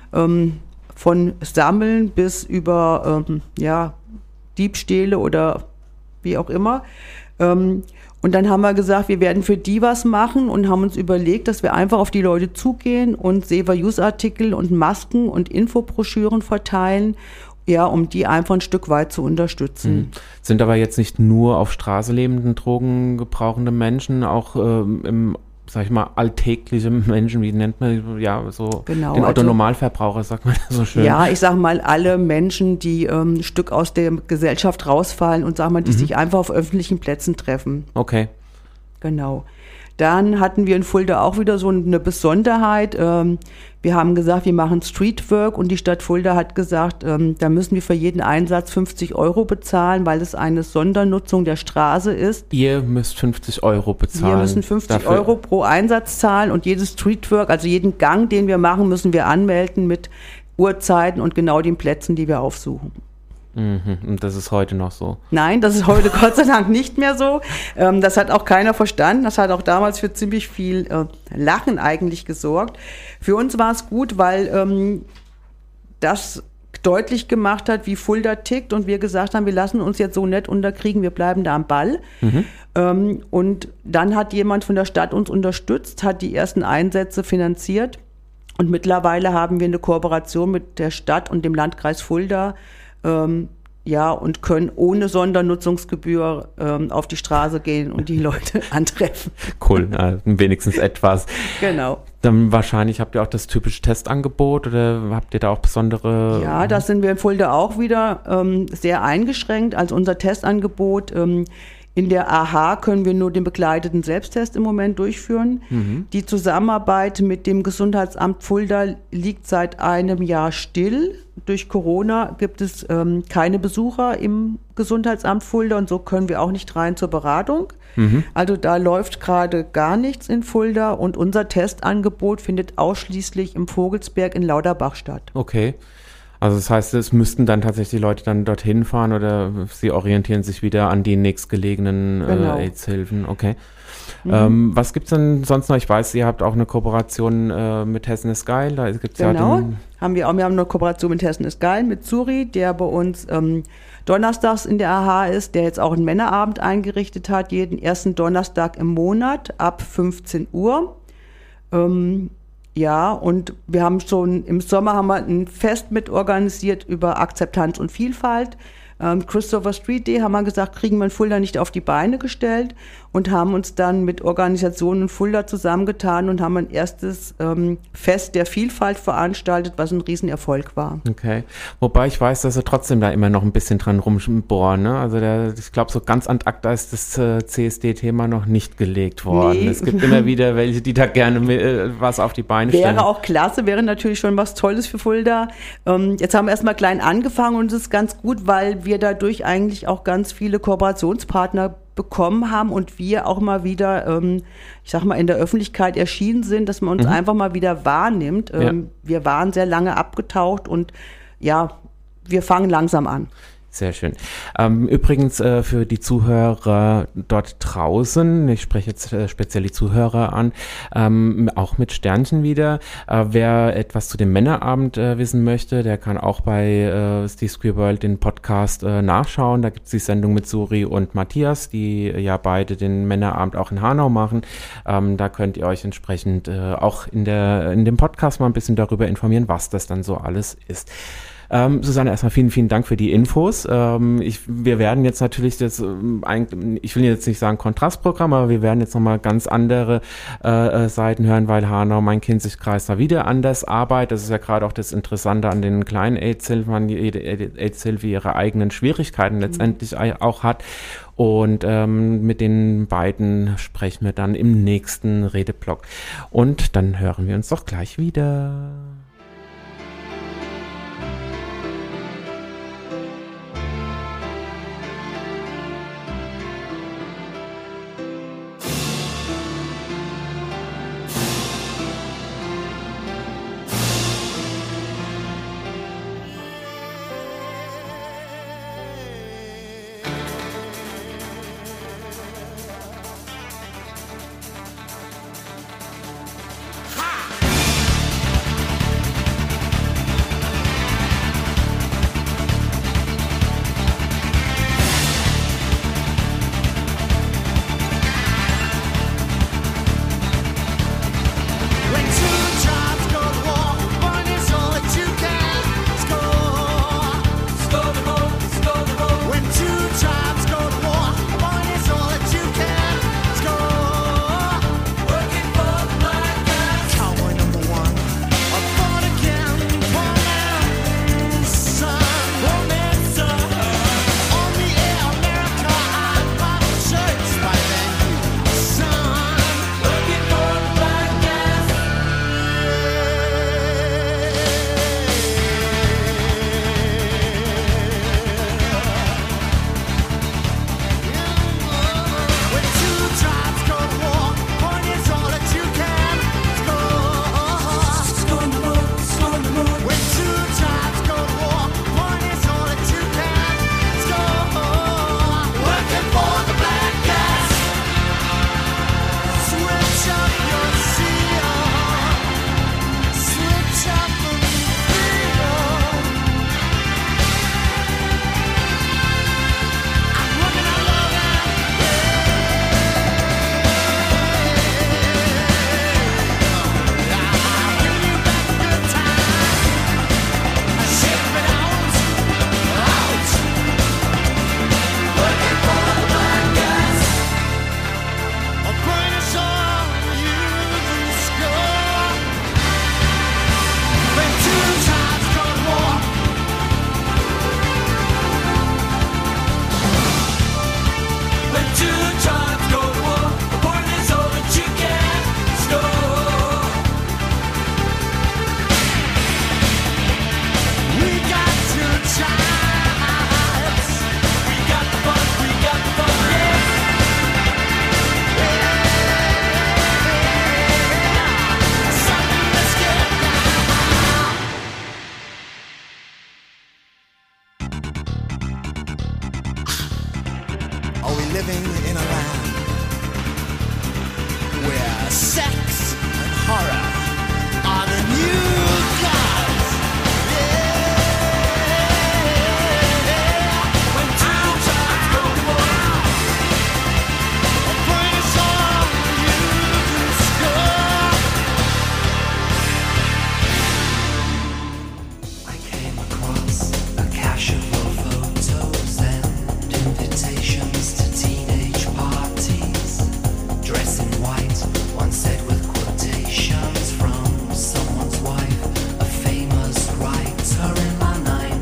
Speaker 3: von Sammeln bis über Diebstähle oder wie auch immer. Und dann haben wir gesagt, wir werden für die was machen und haben uns überlegt, dass wir einfach auf die Leute zugehen und Save-Our-Use-Artikel und Masken und Infobroschüren verteilen, ja, um die einfach ein Stück weit zu unterstützen.
Speaker 2: Sind aber jetzt nicht nur auf Straße lebenden, drogengebrauchende Menschen, auch sag ich mal, alltägliche Menschen, wie nennt man, ja, so
Speaker 3: genau,
Speaker 2: den Otto-Normalverbraucher, sagt man so schön.
Speaker 3: Ja, ich sag mal, alle Menschen, die ein Stück aus der Gesellschaft rausfallen und, sag mal, die sich einfach auf öffentlichen Plätzen treffen.
Speaker 2: Okay.
Speaker 3: Genau. Dann hatten wir in Fulda auch wieder so eine Besonderheit. Wir haben gesagt, wir machen Streetwork und die Stadt Fulda hat gesagt, da müssen wir für jeden Einsatz 50 € bezahlen, weil es eine Sondernutzung der Straße ist.
Speaker 2: Ihr müsst 50 € bezahlen.
Speaker 3: Wir müssen 50 € pro Einsatz zahlen und jedes Streetwork, also jeden Gang, den wir machen, müssen wir anmelden mit Uhrzeiten und genau den Plätzen, die wir aufsuchen.
Speaker 2: Und das ist heute noch so?
Speaker 3: Nein, das ist heute Gott sei Dank nicht mehr so. Das hat auch keiner verstanden. Das hat auch damals für ziemlich viel Lachen eigentlich gesorgt. Für uns war es gut, weil das deutlich gemacht hat, wie Fulda tickt und wir gesagt haben, wir lassen uns jetzt so nett unterkriegen, wir bleiben da am Ball. Und dann hat jemand von der Stadt uns unterstützt, hat die ersten Einsätze finanziert und mittlerweile haben wir eine Kooperation mit der Stadt und dem Landkreis Fulda, und können ohne Sondernutzungsgebühr auf die Straße gehen und die Leute antreffen.
Speaker 2: Cool, wenigstens etwas.
Speaker 3: Genau.
Speaker 2: Dann wahrscheinlich habt ihr auch das typische Testangebot oder habt ihr da auch besondere...
Speaker 3: Ja, das sind wir in Fulda auch wieder sehr eingeschränkt. Also unser Testangebot, in der AHA können wir nur den begleiteten Selbsttest im Moment durchführen. Die Zusammenarbeit mit dem Gesundheitsamt Fulda liegt seit einem Jahr still. Durch Corona gibt es keine Besucher im Gesundheitsamt Fulda und so können wir auch nicht rein zur Beratung. Also da läuft gerade gar nichts in Fulda und unser Testangebot findet ausschließlich im Vogelsberg in Lauterbach statt.
Speaker 2: Okay. Also das heißt, es müssten dann tatsächlich die Leute dann dorthin fahren oder sie orientieren sich wieder an die nächstgelegenen AIDS-Hilfen. Okay. Was gibt's denn sonst noch? Ich weiß, ihr habt auch eine Kooperation mit Hessen ist geil. Da gibt's
Speaker 3: genau, haben wir auch. Wir haben eine Kooperation mit Hessen ist geil, mit Zuri, der bei uns donnerstags in der AHA ist, der jetzt auch einen Männerabend eingerichtet hat, jeden ersten Donnerstag im Monat ab 15 Uhr. Ja, und wir haben schon im Sommer haben wir ein Fest mit organisiert über Akzeptanz und Vielfalt. Christopher Street Day haben wir gesagt, kriegen wir in Fulda nicht auf die Beine gestellt und haben uns dann mit Organisationen in Fulda zusammengetan und haben ein erstes Fest der Vielfalt veranstaltet, was ein Riesenerfolg war.
Speaker 2: Okay, wobei ich weiß, dass sie trotzdem da immer noch ein bisschen dran rumbohren, ne? Also ich glaube, so ganz ad acta ist das CSD-Thema noch nicht gelegt worden. Nee. Es gibt immer wieder welche, die da gerne was auf die Beine stellen.
Speaker 3: Wäre auch klasse, wäre natürlich schon was Tolles für Fulda. Jetzt haben wir erstmal klein angefangen und es ist ganz gut, weil wir dadurch eigentlich auch ganz viele Kooperationspartner bekommen haben und wir auch mal wieder, ich sag mal, in der Öffentlichkeit erschienen sind, dass man uns einfach mal wieder wahrnimmt. Wir waren sehr lange abgetaucht und ja, wir fangen langsam an.
Speaker 2: Sehr schön. Übrigens für die Zuhörer dort draußen, ich spreche jetzt speziell die Zuhörer an, auch mit Sternchen wieder. Wer etwas zu dem Männerabend wissen möchte, der kann auch bei Steve's Queer World den Podcast nachschauen. Da gibt es die Sendung mit Suri und Matthias, die ja beide den Männerabend auch in Hanau machen. Da könnt ihr euch entsprechend auch in dem Podcast mal ein bisschen darüber informieren, was das dann so alles ist. Susanne, erstmal vielen, vielen Dank für die Infos. Wir werden jetzt natürlich ich will jetzt nicht sagen Kontrastprogramm, aber wir werden jetzt nochmal ganz andere Seiten hören, weil Hanau, Main-Kinzig-Kreis da wieder anders arbeitet. Das ist ja gerade auch das Interessante an den kleinen AIDS-Hilfen, jede AIDS-Hilfe ihre eigenen Schwierigkeiten letztendlich auch hat. Und mit den beiden sprechen wir dann im nächsten Redeblock. Und dann hören wir uns doch gleich wieder.
Speaker 6: living in a land where sex and horror are the new gods. Yeah, when two times go wild, a brain is all you can score. I came across a cache of photos and invitations to teenage parties. Dress in white, one said with quotations from someone's wife, a famous writer in my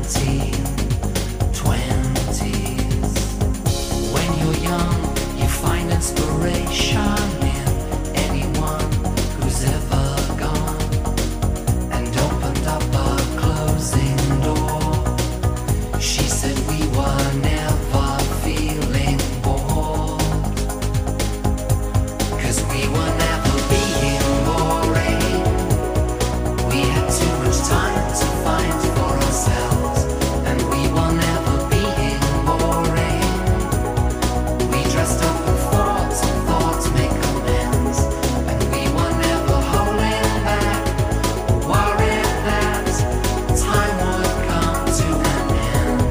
Speaker 6: 1920s. When you're young, you find inspiration in anyone who's ever gone and opened up a closing door. She said we were never feeling bored, 'cause we were never being boring. We had too much time to find for ourselves, and we were never being boring. We dressed up in thoughts and thoughts make amends, and we were never holding back, worried that time would come to an end.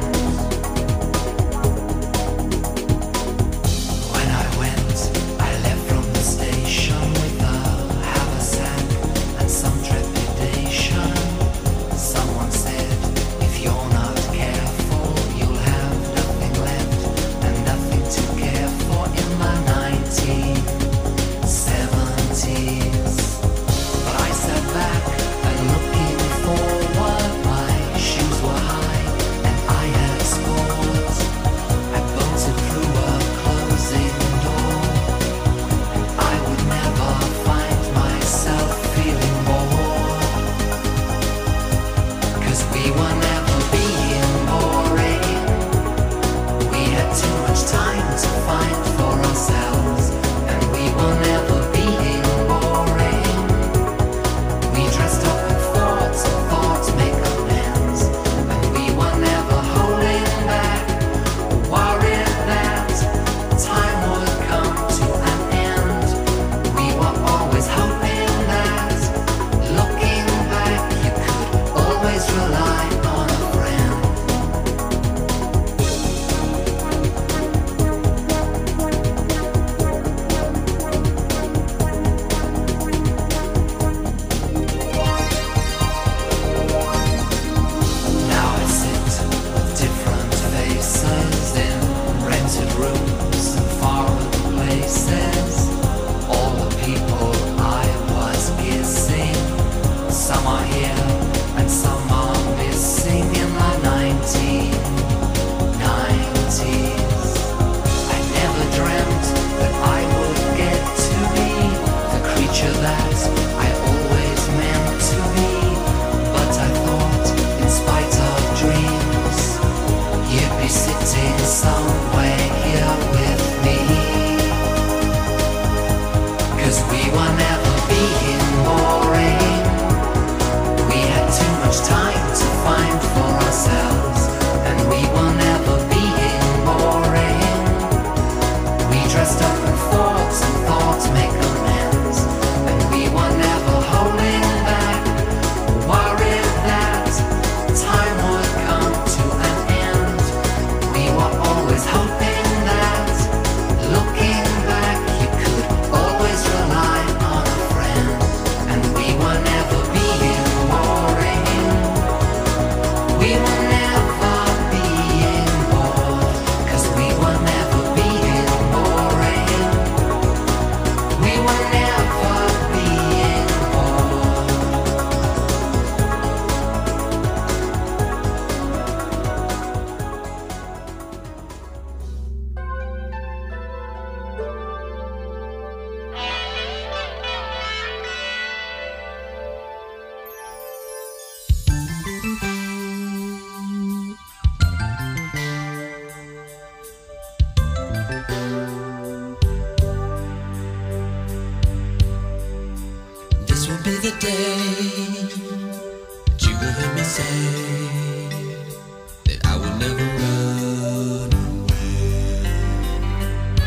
Speaker 6: When I went, I left from the station with a haversack and some trepidation. Someone said, if you're not careful, you'll have nothing left and nothing to care for in the 1970s. But I sat back and looking forward, my shoes were high and I had scored. I bolted through a closing door, and I would never find myself feeling bored, 'cause we were never being boring. We had too much time to find for ourselves, and we were never being boring. We dressed up in thoughts and thoughts make amends, and we were never holding back, worried that time would come to an end. We were always hoping that, looking back, you could always rely on a friend. Now I sit with different faces in rented rooms and foreign places. All the people I was kissing, some are here and some are missing in the 1990s. I never dreamt that I would get to be the creature that I always meant to be. But I thought, in spite of dreams, you'd be sitting somewhere here with me. 'Cause we were never being boring. We had too much time to find for ourselves, and we were never being boring. We dressed up in thoughts and thoughts make amends, and we were never holding back, worried that time would come to an end. We were always hoping that, looking back, you could always rely on a friend, and we were never being boring. We were never being bored, 'cause we were never being boring. We were never being bored. This will be the day that you will hear me say that I will never run away.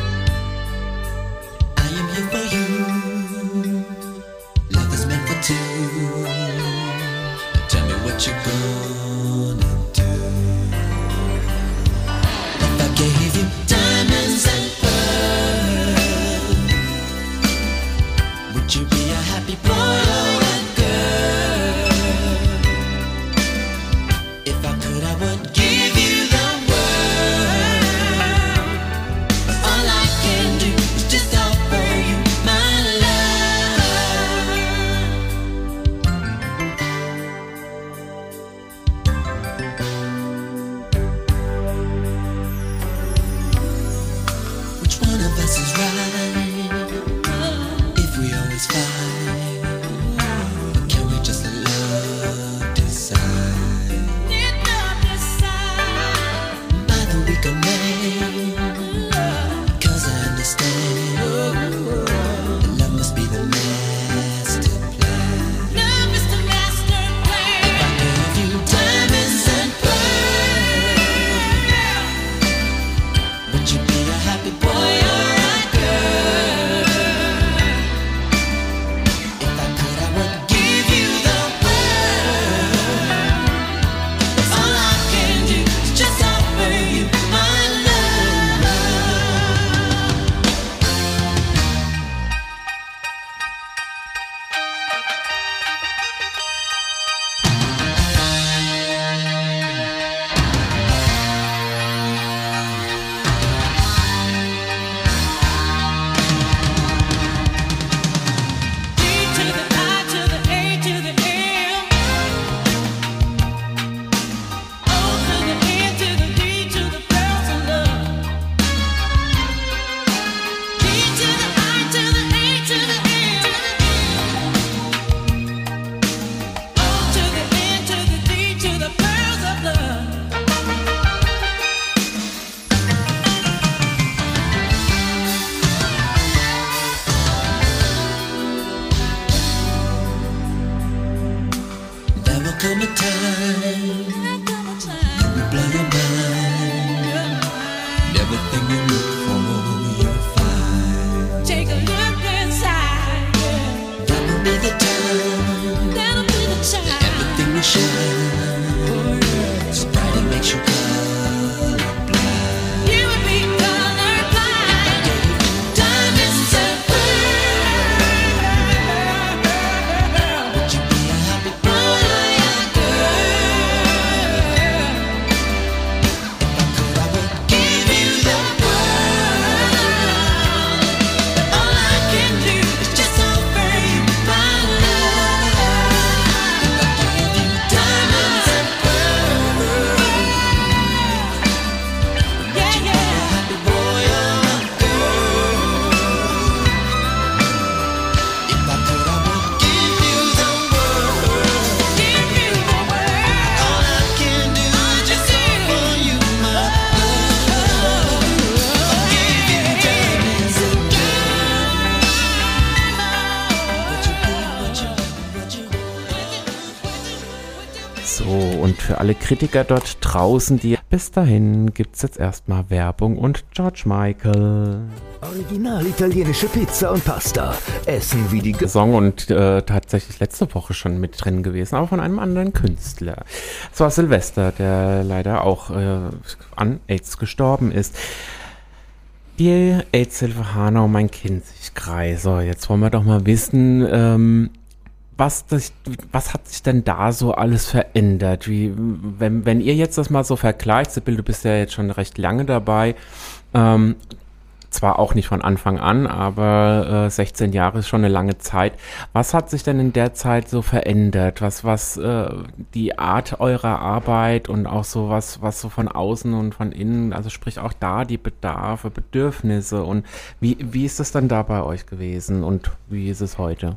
Speaker 6: this is right. If we always fight, can we just let love decide? By the week of May, 'cause I understand love must be the master plan. If I gave you diamonds and pearls, would you be a happy boy or a girl? If I could, I would give you the world. All I can do is just offer you my love. D to the I to the A to the M, O to the N to the D to the pearls of love. D to the I to the A to the M, O to the N to the D to the pearls of love. There will come a time you blow your mind. Everything you look for, you'll find. Take a look inside. That will be the time. That'll be the time. Everything will shine. So bright it makes you colorblind. You would be colorblind. Diamonds and pearls. Would you be a happy boy or a girl? If I could, I would give you the world. All I can do is just offer you my love. If I gave you diamonds and pearls, would you be a happy boy or a girl? If I could, I would give you the world. Give you the world. All I can do is just offer you my love. I'll give you diamonds and pearls. Would you be?
Speaker 2: So, und für alle Kritiker dort draußen, die bis dahin gibt's jetzt erstmal Werbung und George Michael.
Speaker 1: Original italienische Pizza und Pasta. Essen wie die
Speaker 2: Song und tatsächlich letzte Woche schon mit drin gewesen, aber von einem anderen Künstler. Es war Silvester, der leider auch an AIDS gestorben ist. Die AIDS-Hilfe Hanau, Main-Kinzig-Kreis. So, jetzt wollen wir doch mal wissen, was hat sich denn da so alles verändert? Wenn ihr jetzt das mal so vergleicht, Sibylle, du bist ja jetzt schon recht lange dabei, zwar auch nicht von Anfang an, aber 16 Jahre ist schon eine lange Zeit. Was hat sich denn in der Zeit so verändert? Was die Art eurer Arbeit und auch so was so von außen und von innen, also sprich auch da die Bedarfe, Bedürfnisse und wie ist es dann da bei euch gewesen und wie ist es heute?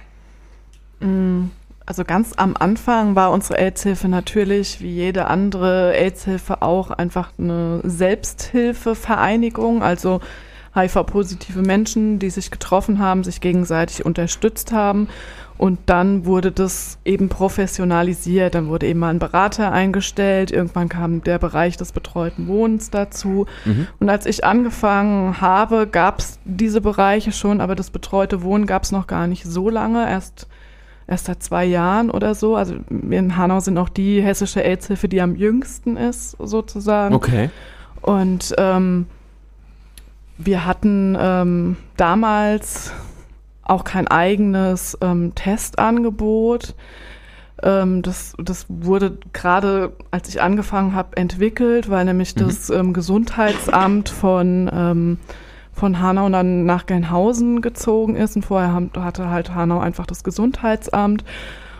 Speaker 4: Also ganz am Anfang war unsere AIDS-Hilfe natürlich, wie jede andere AIDS-Hilfe auch, einfach eine Selbsthilfevereinigung, also HIV-positive Menschen, die sich getroffen haben, sich gegenseitig unterstützt haben. Und dann wurde das eben professionalisiert. Dann wurde eben mal ein Berater eingestellt. Irgendwann kam der Bereich des betreuten Wohnens dazu. Und als ich angefangen habe, gab es diese Bereiche schon, aber das betreute Wohnen gab es noch gar nicht so lange, erst seit 2 Jahren oder so. Also wir in Hanau sind auch die hessische AIDS-Hilfe, die am jüngsten ist, sozusagen.
Speaker 2: Okay.
Speaker 4: Und wir hatten damals auch kein eigenes Testangebot. Das wurde gerade, als ich angefangen habe, entwickelt, weil nämlich das Gesundheitsamt von Hanau dann nach Gelnhausen gezogen ist. Und vorher hatte halt Hanau einfach das Gesundheitsamt.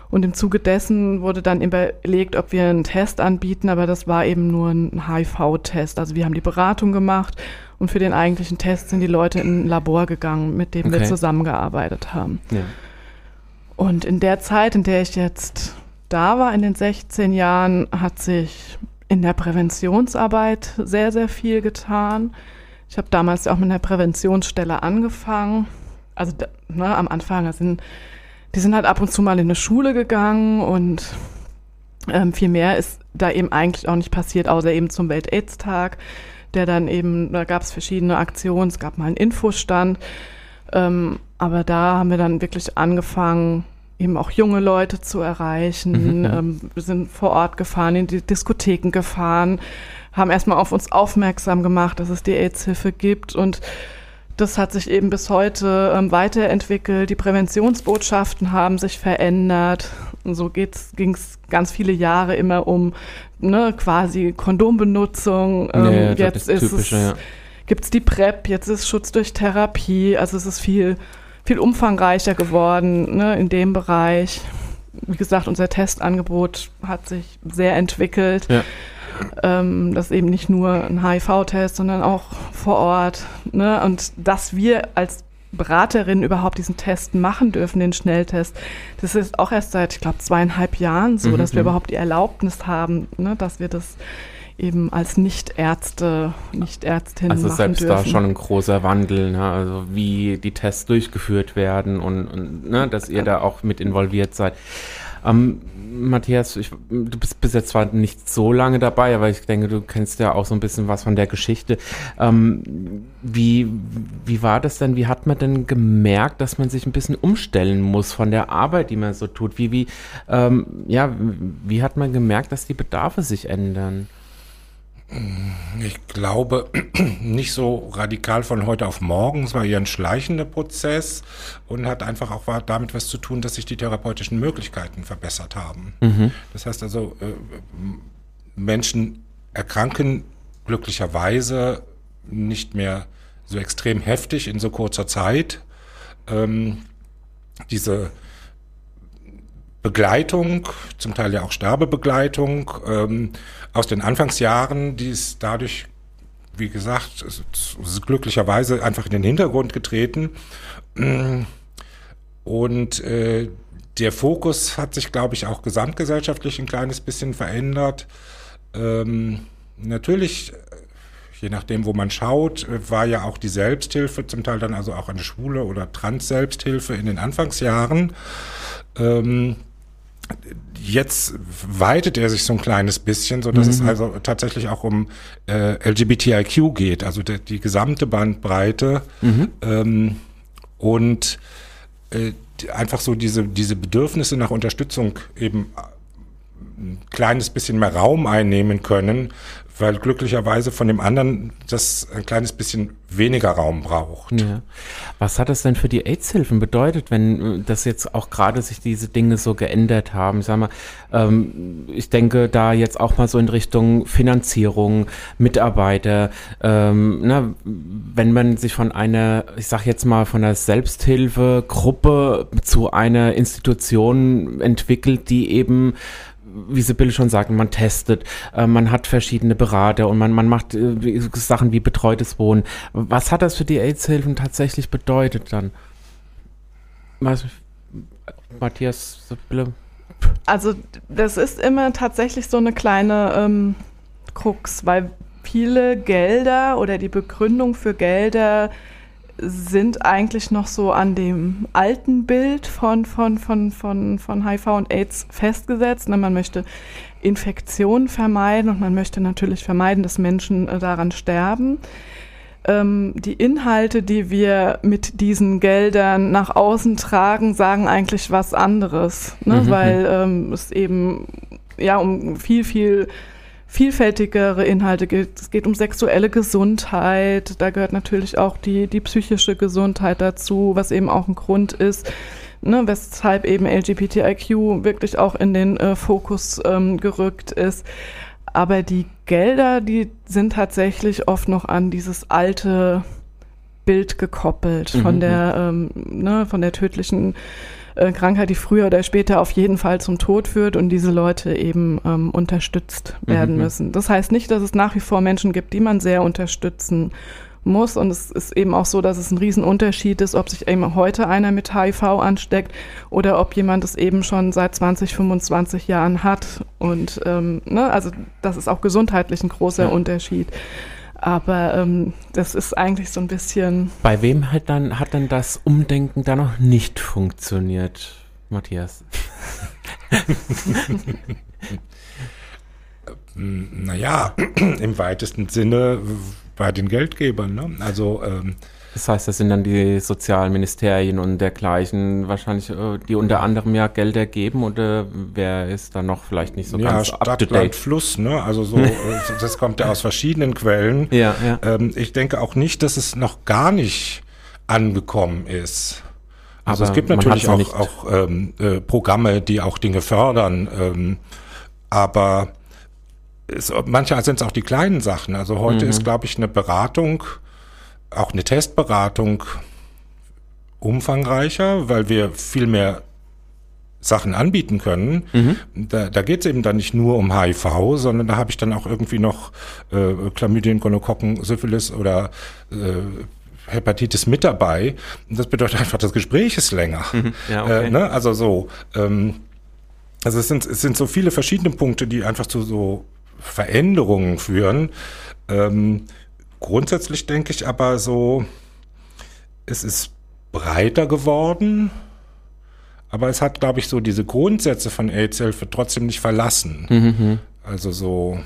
Speaker 4: Und im Zuge dessen wurde dann überlegt, ob wir einen Test anbieten, aber das war eben nur ein HIV-Test. Also wir haben die Beratung gemacht und für den eigentlichen Test sind die Leute in ein Labor gegangen, mit dem wir zusammengearbeitet haben.
Speaker 2: Ja.
Speaker 4: Und in der Zeit, in der ich jetzt da war, in den 16 Jahren, hat sich in der Präventionsarbeit sehr, sehr viel getan. Ich habe damals auch mit einer Präventionsstelle angefangen. Also am Anfang die sind halt ab und zu mal in eine Schule gegangen und viel mehr ist da eben eigentlich auch nicht passiert, außer eben zum Welt-AIDS-Tag, der dann eben, da gab es verschiedene Aktionen, es gab mal einen Infostand, aber da haben wir dann wirklich angefangen, eben auch junge Leute zu erreichen. Wir sind vor Ort gefahren, in die Diskotheken gefahren, haben erstmal auf uns aufmerksam gemacht, dass es die AIDS-Hilfe gibt und das hat sich eben bis heute weiterentwickelt. Die Präventionsbotschaften haben sich verändert. Und so ging es ganz viele Jahre immer um quasi Kondombenutzung. Jetzt gibt's die PrEP, jetzt ist Schutz durch Therapie. Also es ist viel, viel umfangreicher geworden in dem Bereich. Wie gesagt, unser Testangebot hat sich sehr entwickelt. Ja. Das ist eben nicht nur ein HIV-Test, sondern auch vor Ort. Und dass wir als Beraterin überhaupt diesen Test machen dürfen, den Schnelltest, das ist auch erst seit, ich glaube, 2,5 Jahren so, dass wir überhaupt die Erlaubnis haben, dass wir das eben als Ärztin machen
Speaker 2: also selbst
Speaker 4: dürfen.
Speaker 2: Da schon ein großer Wandel, also wie die Tests durchgeführt werden und dass ihr da auch mit involviert seid. Matthias, du bist bis jetzt zwar nicht so lange dabei, aber ich denke, du kennst ja auch so ein bisschen was von der Geschichte. Wie war das denn? Wie hat man denn gemerkt, dass man sich ein bisschen umstellen muss von der Arbeit, die man so tut? Wie hat man gemerkt, dass die Bedarfe sich ändern?
Speaker 5: Ich glaube, nicht so radikal von heute auf morgen. Es war eher ein schleichender Prozess und hat einfach auch damit was zu tun, dass sich die therapeutischen Möglichkeiten verbessert haben. Das heißt also, Menschen erkranken glücklicherweise nicht mehr so extrem heftig in so kurzer Zeit. Diese Begleitung, zum Teil ja auch Sterbebegleitung aus den Anfangsjahren, die ist dadurch, wie gesagt, ist glücklicherweise einfach in den Hintergrund getreten. Und der Fokus hat sich, glaube ich, auch gesamtgesellschaftlich ein kleines bisschen verändert. Natürlich, je nachdem, wo man schaut, war ja auch die Selbsthilfe, zum Teil dann also auch eine Schwule- oder Trans-Selbsthilfe in den Anfangsjahren. Jetzt weitet er sich so ein kleines bisschen, so dass es also tatsächlich auch um LGBTIQ geht, also die gesamte Bandbreite und einfach so diese Bedürfnisse nach Unterstützung eben ein kleines bisschen mehr Raum einnehmen können, weil glücklicherweise von dem anderen das ein kleines bisschen weniger Raum braucht.
Speaker 2: Ja. Was hat das denn für die AIDS-Hilfen bedeutet, wenn das jetzt auch gerade sich diese Dinge so geändert haben? Sag mal, ich denke da jetzt auch mal so in Richtung Finanzierung, Mitarbeiter, wenn man sich von einer, ich sag jetzt mal von einer Selbsthilfegruppe zu einer Institution entwickelt, die eben, wie Sibylle schon sagt, man testet, man hat verschiedene Berater und man macht Sachen wie betreutes Wohnen. Was hat das für die AIDS-Hilfen tatsächlich bedeutet dann? Matthias, Sibylle?
Speaker 4: Also das ist immer tatsächlich so eine kleine Krux, weil viele Gelder oder die Begründung für Gelder sind eigentlich noch so an dem alten Bild von HIV und AIDS festgesetzt. Man möchte Infektionen vermeiden und man möchte natürlich vermeiden, dass Menschen daran sterben. Die Inhalte, die wir mit diesen Geldern nach außen tragen, sagen eigentlich was anderes, weil es eben um viel vielfältigere Inhalte geht. Es geht um sexuelle Gesundheit, da gehört natürlich auch die psychische Gesundheit dazu, was eben auch ein Grund ist, weshalb eben LGBTIQ wirklich auch in den Fokus gerückt ist. Aber die Gelder, die sind tatsächlich oft noch an dieses alte Bild gekoppelt von der tödlichen Krankheit, die früher oder später auf jeden Fall zum Tod führt und diese Leute eben unterstützt werden müssen. Das heißt nicht, dass es nach wie vor Menschen gibt, die man sehr unterstützen muss. Und es ist eben auch so, dass es ein Riesenunterschied ist, ob sich eben heute einer mit HIV ansteckt oder ob jemand es eben schon seit 20, 25 Jahren hat. Und also das ist auch gesundheitlich ein großer Unterschied. Aber das ist eigentlich so ein bisschen...
Speaker 2: Bei wem hat dann das Umdenken da noch nicht funktioniert, Matthias?
Speaker 5: Naja, im weitesten Sinne bei den Geldgebern. Ne? Also
Speaker 2: das heißt, das sind dann die Sozialministerien und dergleichen wahrscheinlich, die unter anderem ja Gelder geben, oder wer ist da noch vielleicht nicht so ganz
Speaker 5: Stadt,
Speaker 2: up to date?
Speaker 5: Land, Fluss, ne? Also so, das kommt ja aus verschiedenen Quellen.
Speaker 2: Ja.
Speaker 5: Ich denke auch nicht, dass es noch gar nicht angekommen ist. Also
Speaker 2: Aber
Speaker 5: es gibt
Speaker 2: man
Speaker 5: natürlich
Speaker 2: hat's
Speaker 5: auch Programme, die auch Dinge fördern, aber manchmal sind es auch die kleinen Sachen. Also heute ist, glaube ich, eine Beratung, auch eine Testberatung umfangreicher, weil wir viel mehr Sachen anbieten können. Da geht es eben dann nicht nur um HIV, sondern da habe ich dann auch irgendwie noch Chlamydien, Gonokokken, Syphilis oder Hepatitis mit dabei. Und das bedeutet einfach, das Gespräch ist länger.
Speaker 2: Ja, okay.
Speaker 5: Also so. Also es sind so viele verschiedene Punkte, die einfach zu so Veränderungen führen. Grundsätzlich denke ich aber so, es ist breiter geworden, aber es hat, glaube ich, so diese Grundsätze von AIDS-Hilfe trotzdem nicht verlassen. Also so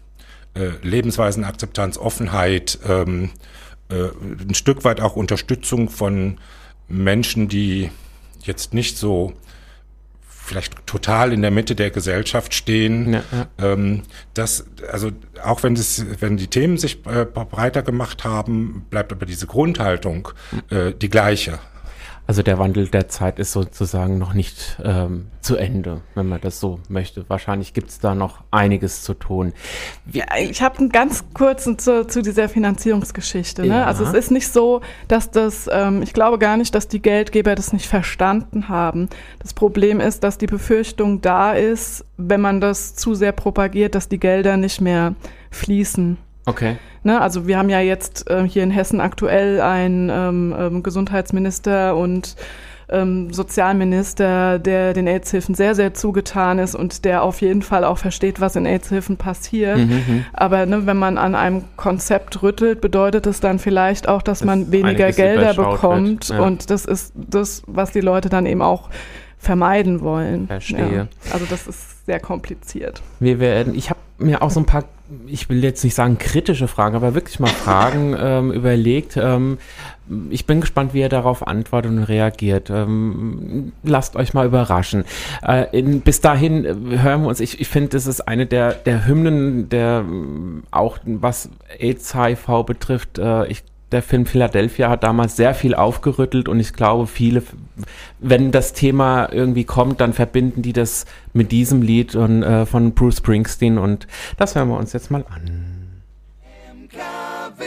Speaker 5: Lebensweisenakzeptanz, Offenheit, ein Stück weit auch Unterstützung von Menschen, die jetzt nicht so vielleicht total in der Mitte der Gesellschaft stehen. Ja. Also auch wenn die Themen sich breiter gemacht haben, bleibt aber diese Grundhaltung die gleiche.
Speaker 2: Also der Wandel der Zeit ist sozusagen noch nicht zu Ende, wenn man das so möchte. Wahrscheinlich gibt es da noch einiges zu tun.
Speaker 4: Ich habe einen ganz kurzen zu dieser Finanzierungsgeschichte. Ne?
Speaker 2: Ja.
Speaker 4: Also es ist nicht so, dass ich glaube gar nicht, dass die Geldgeber das nicht verstanden haben. Das Problem ist, dass die Befürchtung da ist, wenn man das zu sehr propagiert, dass die Gelder nicht mehr fließen.
Speaker 2: Okay.
Speaker 4: Ne, also wir haben ja jetzt hier in Hessen aktuell einen Gesundheitsminister und Sozialminister, der den AIDS-Hilfen sehr, sehr zugetan ist und der auf jeden Fall auch versteht, was in AIDS-Hilfen passiert. Aber wenn man an einem Konzept rüttelt, bedeutet es dann vielleicht auch, dass man weniger Gelder bekommt. Ja. Und das ist das, was die Leute dann eben auch vermeiden wollen.
Speaker 2: Verstehe.
Speaker 4: Ja. Also das ist sehr kompliziert.
Speaker 2: Ich habe mir auch so ein paar, ich will jetzt nicht sagen kritische Fragen, aber wirklich mal Fragen überlegt. Ich bin gespannt, wie ihr darauf antwortet und reagiert. Lasst euch mal überraschen. Bis dahin hören wir uns, ich finde, das ist eine der Hymnen, der auch was AIDS-HIV betrifft, der Film Philadelphia hat damals sehr viel aufgerüttelt und ich glaube, viele, wenn das Thema irgendwie kommt, dann verbinden die das mit diesem Lied und, von Bruce Springsteen und das hören wir uns jetzt mal an.
Speaker 6: MKW.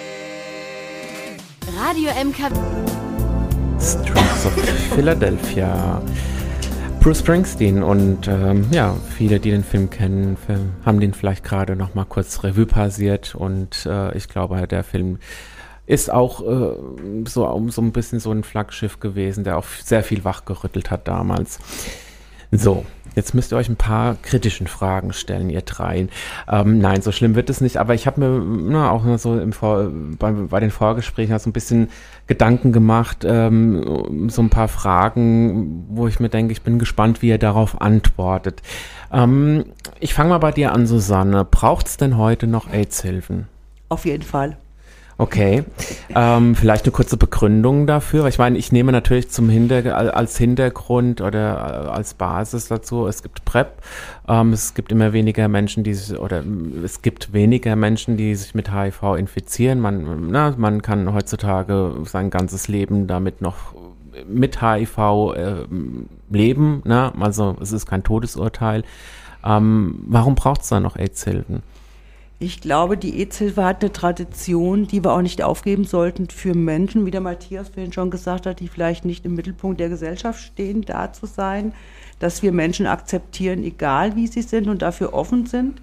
Speaker 6: Radio MKW.
Speaker 2: Streets of Philadelphia. Bruce Springsteen und viele, die den Film kennen, haben den vielleicht gerade noch mal kurz Revue passiert und ich glaube, der Film ist auch so ein bisschen so ein Flaggschiff gewesen, der auch sehr viel wachgerüttelt hat damals. So, jetzt müsst ihr euch ein paar kritischen Fragen stellen, ihr dreien. Nein, so schlimm wird es nicht, aber ich habe mir auch so bei den Vorgesprächen so ein bisschen Gedanken gemacht, so ein paar Fragen, wo ich mir denke, ich bin gespannt, wie ihr darauf antwortet. Ich fange mal bei dir an, Susanne. Braucht es denn heute noch AIDS-Hilfen?
Speaker 3: Auf jeden Fall.
Speaker 2: Okay, vielleicht eine kurze Begründung dafür. Ich meine, ich nehme natürlich als Hintergrund oder als Basis dazu, es gibt PrEP, es gibt immer weniger Menschen, es gibt weniger Menschen, die sich mit HIV infizieren. Man kann heutzutage sein ganzes Leben damit noch mit HIV leben, ne? Also es ist kein Todesurteil. Warum braucht es da noch AIDS-Hilfen?
Speaker 3: Ich glaube, die AIDS-Hilfe hat eine Tradition, die wir auch nicht aufgeben sollten für Menschen, wie der Matthias vorhin schon gesagt hat, die vielleicht nicht im Mittelpunkt der Gesellschaft stehen, da zu sein, dass wir Menschen akzeptieren, egal wie sie sind und dafür offen sind.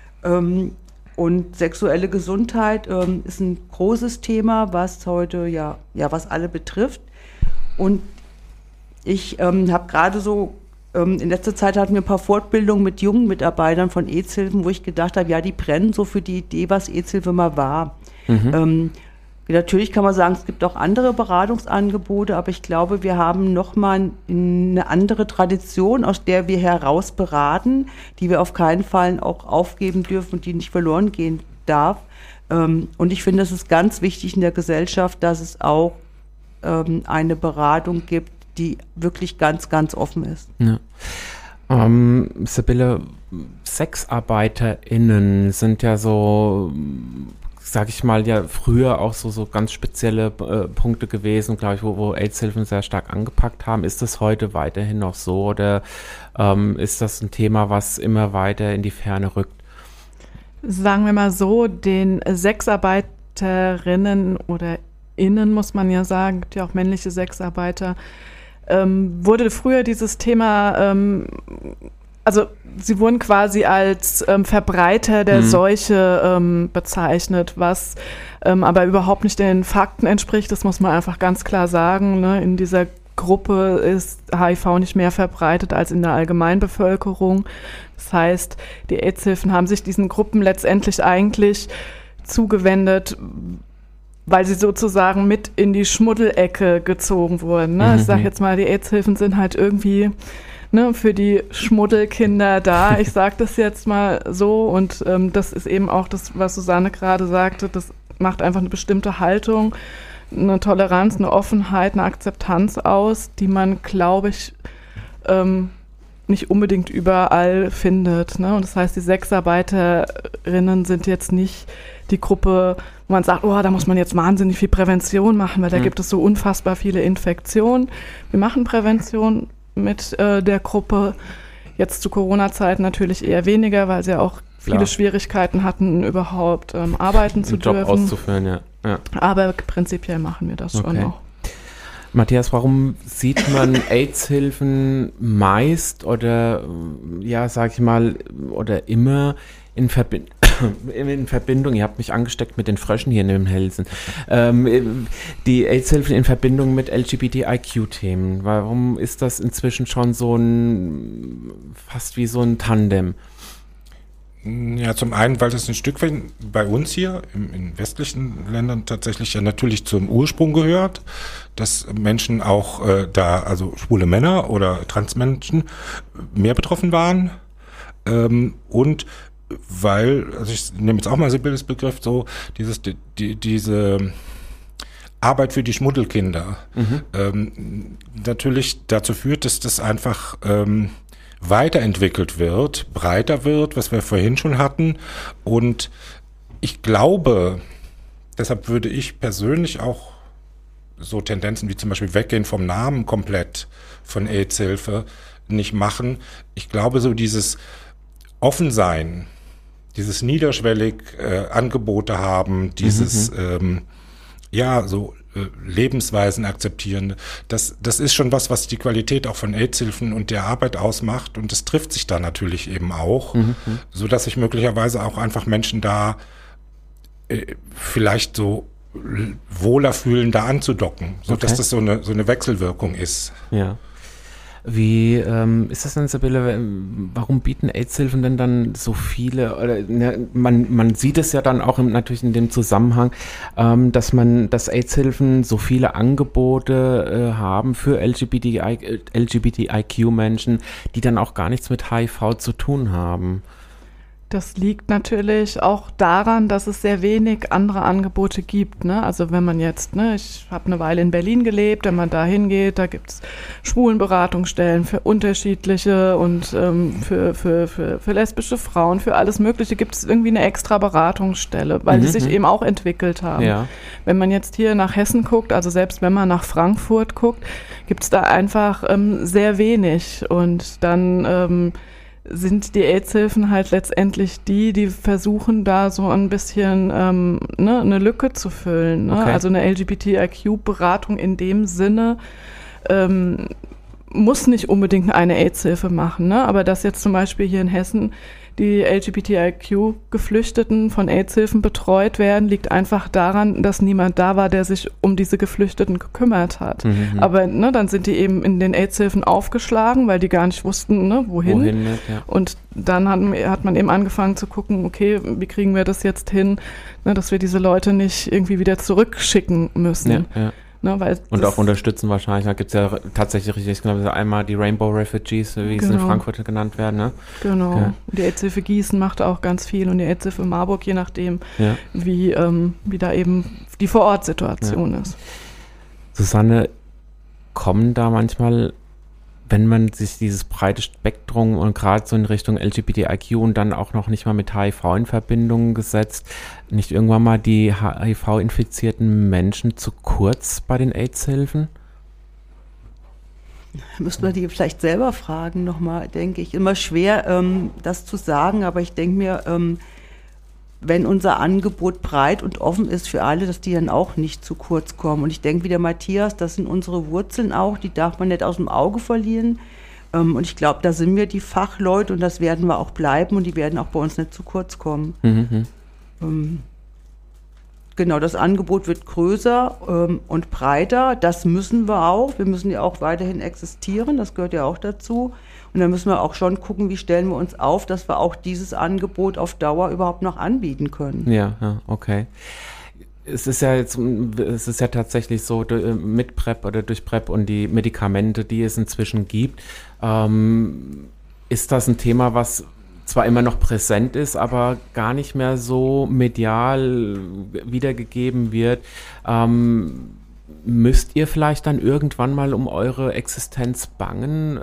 Speaker 3: Und sexuelle Gesundheit ist ein großes Thema, was heute was alle betrifft. Und ich habe gerade so in letzter Zeit hatten wir ein paar Fortbildungen mit jungen Mitarbeitern von AIDS-Hilfen, wo ich gedacht habe, ja, die brennen so für die Idee, was AIDS-Hilfe mal war. Natürlich kann man sagen, es gibt auch andere Beratungsangebote, aber ich glaube, wir haben nochmal eine andere Tradition, aus der wir heraus beraten, die wir auf keinen Fall auch aufgeben dürfen und die nicht verloren gehen darf. Und ich finde, es ist ganz wichtig in der Gesellschaft, dass es auch eine Beratung gibt, die wirklich ganz, ganz offen ist.
Speaker 2: Ja. Sibylle, SexarbeiterInnen sind ja so, sag ich mal, ja früher auch so ganz spezielle Punkte gewesen, glaube ich, wo AIDS-Hilfen sehr stark angepackt haben. Ist das heute weiterhin noch so oder ist das ein Thema, was immer weiter in die Ferne rückt?
Speaker 4: Sagen wir mal so, den Sexarbeiterinnen oder Innen, muss man ja sagen, gibt ja auch männliche Sexarbeiter, wurde früher dieses Thema, also sie wurden quasi als Verbreiter der Seuche bezeichnet, was aber überhaupt nicht den Fakten entspricht, das muss man einfach ganz klar sagen. Ne? In dieser Gruppe ist HIV nicht mehr verbreitet als in der Allgemeinbevölkerung. Das heißt, die AIDS-Hilfen haben sich diesen Gruppen letztendlich eigentlich zugewendet, weil sie sozusagen mit in die Schmuddelecke gezogen wurden. Ne? Ich sage jetzt mal, die AIDS-Hilfen sind halt irgendwie für die Schmuddelkinder da. Ich sage das jetzt mal so und das ist eben auch das, was Susanne gerade sagte, das macht einfach eine bestimmte Haltung, eine Toleranz, eine Offenheit, eine Akzeptanz aus, die man, glaube ich, nicht unbedingt überall findet. Ne? Und das heißt, die Sexarbeiterinnen sind jetzt nicht die Gruppe, wo man sagt, oh, da muss man jetzt wahnsinnig viel Prävention machen, weil da gibt es so unfassbar viele Infektionen. Wir machen Prävention mit der Gruppe. Jetzt zu Corona-Zeiten natürlich eher weniger, weil sie ja auch viele Schwierigkeiten hatten, überhaupt arbeiten zu dürfen.
Speaker 2: Job auszuführen, ja.
Speaker 4: Aber prinzipiell machen wir das schon noch.
Speaker 2: Matthias, warum sieht man AIDS-Hilfen meist oder, sag ich mal, oder immer in Verbindung, ihr habt mich angesteckt mit den Fröschen hier in dem Hälsen, die AIDS-Hilfen in Verbindung mit LGBTIQ-Themen? Warum ist das inzwischen schon so fast wie so ein Tandem?
Speaker 5: Ja, zum einen, weil das ein Stück weit bei uns hier in westlichen Ländern tatsächlich ja natürlich zum Ursprung gehört, dass Menschen auch also schwule Männer oder Transmenschen mehr betroffen waren und weil, also ich nehme jetzt auch mal Sibylles Begriff, so diese Arbeit für die Schmuddelkinder natürlich dazu führt, dass das einfach weiterentwickelt wird, breiter wird, was wir vorhin schon hatten. Und ich glaube, deshalb würde ich persönlich auch so Tendenzen wie zum Beispiel Weggehen vom Namen komplett von AIDS-Hilfe nicht machen. Ich glaube, so dieses Offensein, dieses niederschwellig Angebote haben, dieses Lebensweisen akzeptieren, das ist schon was die Qualität auch von AIDS-Hilfen und der Arbeit ausmacht und das trifft sich da natürlich eben auch, so dass sich möglicherweise auch einfach Menschen da vielleicht so wohler fühlen, da anzudocken, so dass das so eine Wechselwirkung ist.
Speaker 2: Ja. Wie ist das denn, Sibylle? Warum bieten AIDS-Hilfen denn dann so viele? Oder, man sieht es ja dann auch natürlich in dem Zusammenhang, dass AIDS-Hilfen so viele Angebote haben für LGBTIQ-Menschen, die dann auch gar nichts mit HIV zu tun haben.
Speaker 4: Das liegt natürlich auch daran, dass es sehr wenig andere Angebote gibt. Ne? Also wenn man jetzt, ich habe eine Weile in Berlin gelebt, wenn man da hingeht, da gibt es Schwulenberatungsstellen für unterschiedliche und für lesbische Frauen, für alles Mögliche gibt es irgendwie eine extra Beratungsstelle, weil die sich eben auch entwickelt haben. Ja. Wenn man jetzt hier nach Hessen guckt, also selbst wenn man nach Frankfurt guckt, gibt es da einfach sehr wenig und dann sind die AIDS-Hilfen halt letztendlich die versuchen, da so ein bisschen eine Lücke zu füllen. Ne?
Speaker 2: Okay.
Speaker 4: Also eine LGBTIQ-Beratung in dem Sinne muss nicht unbedingt eine AIDS-Hilfe machen. Ne? Aber dass jetzt zum Beispiel hier in Hessen die LGBTIQ-Geflüchteten von AIDS-Hilfen betreut werden, liegt einfach daran, dass niemand da war, der sich um diese Geflüchteten gekümmert hat. Aber dann sind die eben in den AIDS-Hilfen aufgeschlagen, weil die gar nicht wussten, wohin.
Speaker 2: Ja.
Speaker 4: Und dann hat man eben angefangen zu gucken, okay, wie kriegen wir das jetzt hin, dass wir diese Leute nicht irgendwie wieder zurückschicken müssen.
Speaker 2: Ja.
Speaker 4: Weil
Speaker 2: Und auch unterstützen wahrscheinlich. Da gibt es ja tatsächlich richtig, ich glaube, einmal die Rainbow Refugees, wie sie in Frankfurt genannt werden. Ne?
Speaker 4: Genau.
Speaker 2: Ja.
Speaker 4: Die AIDS-Hilfe Gießen macht auch ganz viel und die AIDS-Hilfe Marburg, je nachdem, wie da eben die Vorortsituation ist.
Speaker 2: Susanne, kommen da manchmal, wenn man sich dieses breite Spektrum und gerade so in Richtung LGBTIQ und dann auch noch nicht mal mit HIV in Verbindung gesetzt, nicht irgendwann mal die HIV-infizierten Menschen zu kurz bei den AIDS-Hilfen?
Speaker 3: Müssten wir die vielleicht selber fragen nochmal, denke ich. Immer schwer, das zu sagen, aber ich denke mir, wenn unser Angebot breit und offen ist für alle, dass die dann auch nicht zu kurz kommen. Und ich denke, wie der Matthias, das sind unsere Wurzeln auch, die darf man nicht aus dem Auge verlieren. Und ich glaube, da sind wir die Fachleute und das werden wir auch bleiben und die werden auch bei uns nicht zu kurz kommen. Genau, das Angebot wird größer und breiter. Das müssen wir auch. Wir müssen ja auch weiterhin existieren. Das gehört ja auch dazu. Und dann müssen wir auch schon gucken, wie stellen wir uns auf, dass wir auch dieses Angebot auf Dauer überhaupt noch anbieten können.
Speaker 2: Ja, okay. Es ist ja tatsächlich so, mit PrEP oder durch PrEP und die Medikamente, die es inzwischen gibt, ist das ein Thema, was zwar immer noch präsent ist, aber gar nicht mehr so medial wiedergegeben wird. Müsst ihr vielleicht dann irgendwann mal um eure Existenz bangen?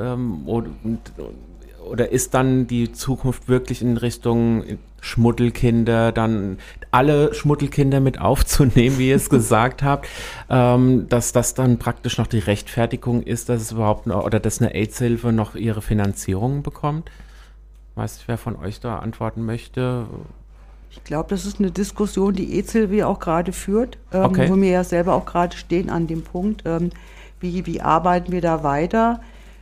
Speaker 2: Oder ist dann die Zukunft wirklich in Richtung Schmuddelkinder, dann alle Schmuddelkinder mit aufzunehmen, wie ihr es gesagt habt, dass das dann praktisch noch die Rechtfertigung ist, dass es überhaupt noch, oder dass eine AIDS-Hilfe noch ihre Finanzierung bekommt? Weiß nicht, wer von euch da antworten möchte.
Speaker 3: Ich glaube, das ist eine Diskussion, die AIDS-Hilfe auch gerade führt,
Speaker 2: Okay.
Speaker 3: wo wir ja selber auch gerade stehen an dem Punkt, wie arbeiten wir da weiter.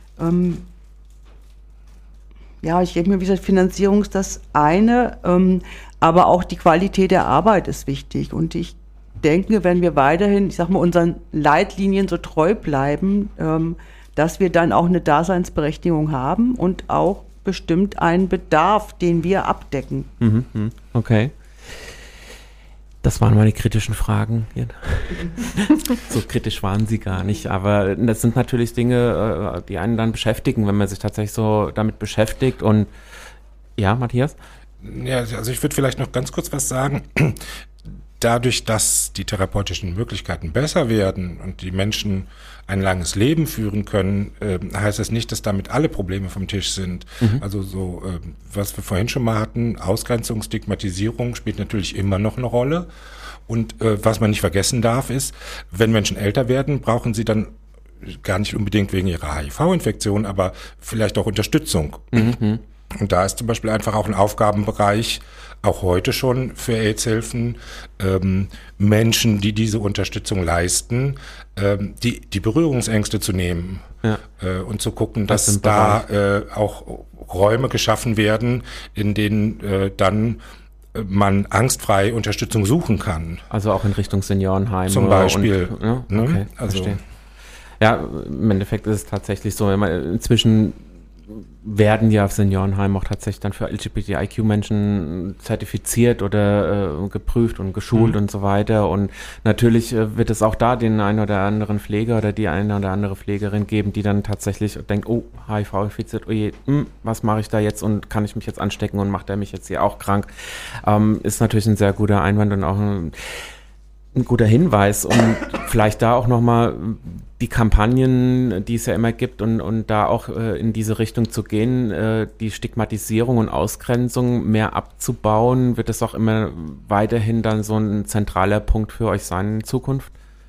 Speaker 3: Ja, ich denke mir, wie gesagt, Finanzierung ist das eine, aber auch die Qualität der Arbeit ist wichtig. Und ich denke, wenn wir weiterhin, ich sag mal, unseren Leitlinien so treu bleiben, dass wir dann auch eine Daseinsberechtigung haben und auch bestimmt einen Bedarf, den wir abdecken.
Speaker 2: Okay. Das waren meine kritischen Fragen. So kritisch waren sie gar nicht, aber das sind natürlich Dinge, die einen dann beschäftigen, wenn man sich tatsächlich so damit beschäftigt. Und ja, Matthias?
Speaker 5: Ja, also ich würde vielleicht noch ganz kurz was sagen. Dadurch, dass die therapeutischen Möglichkeiten besser werden und die Menschen ein langes Leben führen können, heißt das nicht, dass damit alle Probleme vom Tisch sind. Also so, was wir vorhin schon mal hatten, Ausgrenzung, Stigmatisierung spielt natürlich immer noch eine Rolle. Und was man nicht vergessen darf, ist, wenn Menschen älter werden, brauchen sie dann gar nicht unbedingt wegen ihrer HIV-Infektion, aber vielleicht auch Unterstützung. Und da ist zum Beispiel einfach auch ein Aufgabenbereich, auch heute schon für AIDS-Hilfen, Menschen, die diese Unterstützung leisten, die Berührungsängste zu nehmen und zu gucken, dass da auch Räume geschaffen werden, in denen dann man angstfrei Unterstützung suchen kann.
Speaker 2: Also auch in Richtung Seniorenheime.
Speaker 5: Zum Beispiel.
Speaker 2: Und, ja, okay,
Speaker 5: also
Speaker 2: verstehe. Ja, im Endeffekt ist es tatsächlich so, inzwischen werden ja Seniorenheime auch tatsächlich dann für LGBTIQ-Menschen zertifiziert oder geprüft und geschult und so weiter. Und natürlich wird es auch da den einen oder anderen Pfleger oder die eine oder andere Pflegerin geben, die dann tatsächlich denkt, oh, HIV infiziert, oh je, was mache ich da jetzt und kann ich mich jetzt anstecken und macht er mich jetzt hier auch krank? Ist natürlich ein sehr guter Einwand und auch ein guter Hinweis und vielleicht da auch nochmal die Kampagnen, die es ja immer gibt und da auch in diese Richtung zu gehen, die Stigmatisierung und Ausgrenzung mehr abzubauen, wird es auch immer weiterhin dann so ein zentraler Punkt für euch sein in Zukunft?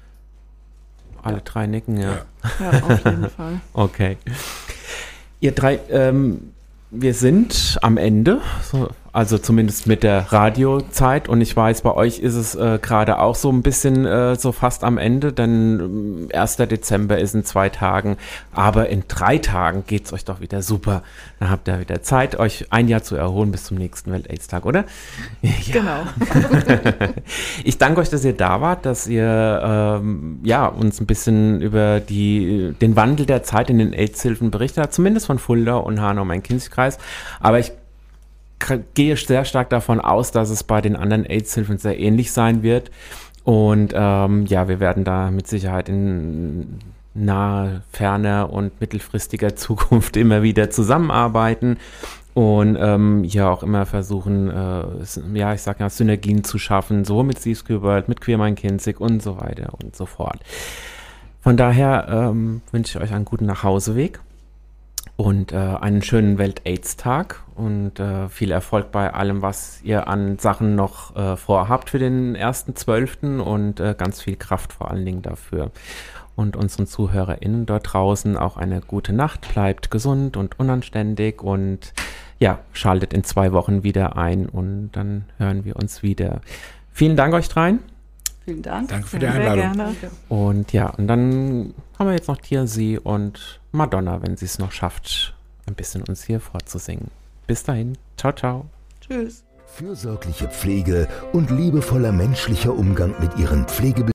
Speaker 2: Alle drei nicken, ja.
Speaker 4: Ja, auf jeden Fall.
Speaker 2: Okay. Ihr drei, wir sind am Ende, also zumindest mit der Radiozeit, und ich weiß, bei euch ist es gerade auch so ein bisschen so fast am Ende, denn 1. Dezember ist in 2 Tagen, aber in 3 Tagen geht es euch doch wieder super. Dann habt ihr wieder Zeit, euch ein Jahr zu erholen bis zum nächsten Welt-AIDS-Tag, oder? Ja.
Speaker 4: Genau.
Speaker 2: Ich danke euch, dass ihr da wart, dass ihr uns ein bisschen über den Wandel der Zeit in den AIDS-Hilfen berichtet habt, zumindest von Fulda und Hanau, Main-Kinzig-Kreis. Aber ich gehe sehr stark davon aus, dass es bei den anderen AIDS-Hilfen sehr ähnlich sein wird. Und wir werden da mit Sicherheit in naher, ferner und mittelfristiger Zukunft immer wieder zusammenarbeiten und hier auch immer versuchen, Synergien zu schaffen, so mit Steve's Queer World, mit Queer Main-Kinzig und so weiter und so fort. Von daher wünsche ich euch einen guten Nachhauseweg und einen schönen Welt-AIDS-Tag und viel Erfolg bei allem, was ihr an Sachen noch vorhabt für den 1.12. und ganz viel Kraft vor allen Dingen dafür. Und unseren ZuhörerInnen dort draußen auch eine gute Nacht, bleibt gesund und unanständig und ja, schaltet in 2 Wochen wieder ein und dann hören wir uns wieder. Vielen Dank euch dreien.
Speaker 3: Vielen Dank.
Speaker 5: Danke für die Einladung.
Speaker 4: Sehr gerne.
Speaker 2: Und ja, und dann haben wir jetzt noch TLC und Madonna, wenn sie es noch schafft, ein bisschen uns hier vorzusingen. Bis dahin. Ciao, ciao.
Speaker 3: Tschüss.
Speaker 1: Fürsorgliche Pflege und liebevoller menschlicher Umgang mit ihren Pflegebedürftigen.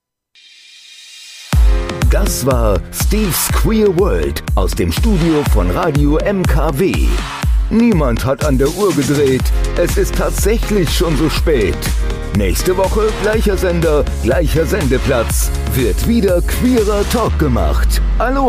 Speaker 1: Das war Steve's Queer World aus dem Studio von Radio MKW. Niemand hat an der Uhr gedreht. Es ist tatsächlich schon so spät. Nächste Woche gleicher Sender, gleicher Sendeplatz. Wird wieder queerer Talk gemacht. Hallo.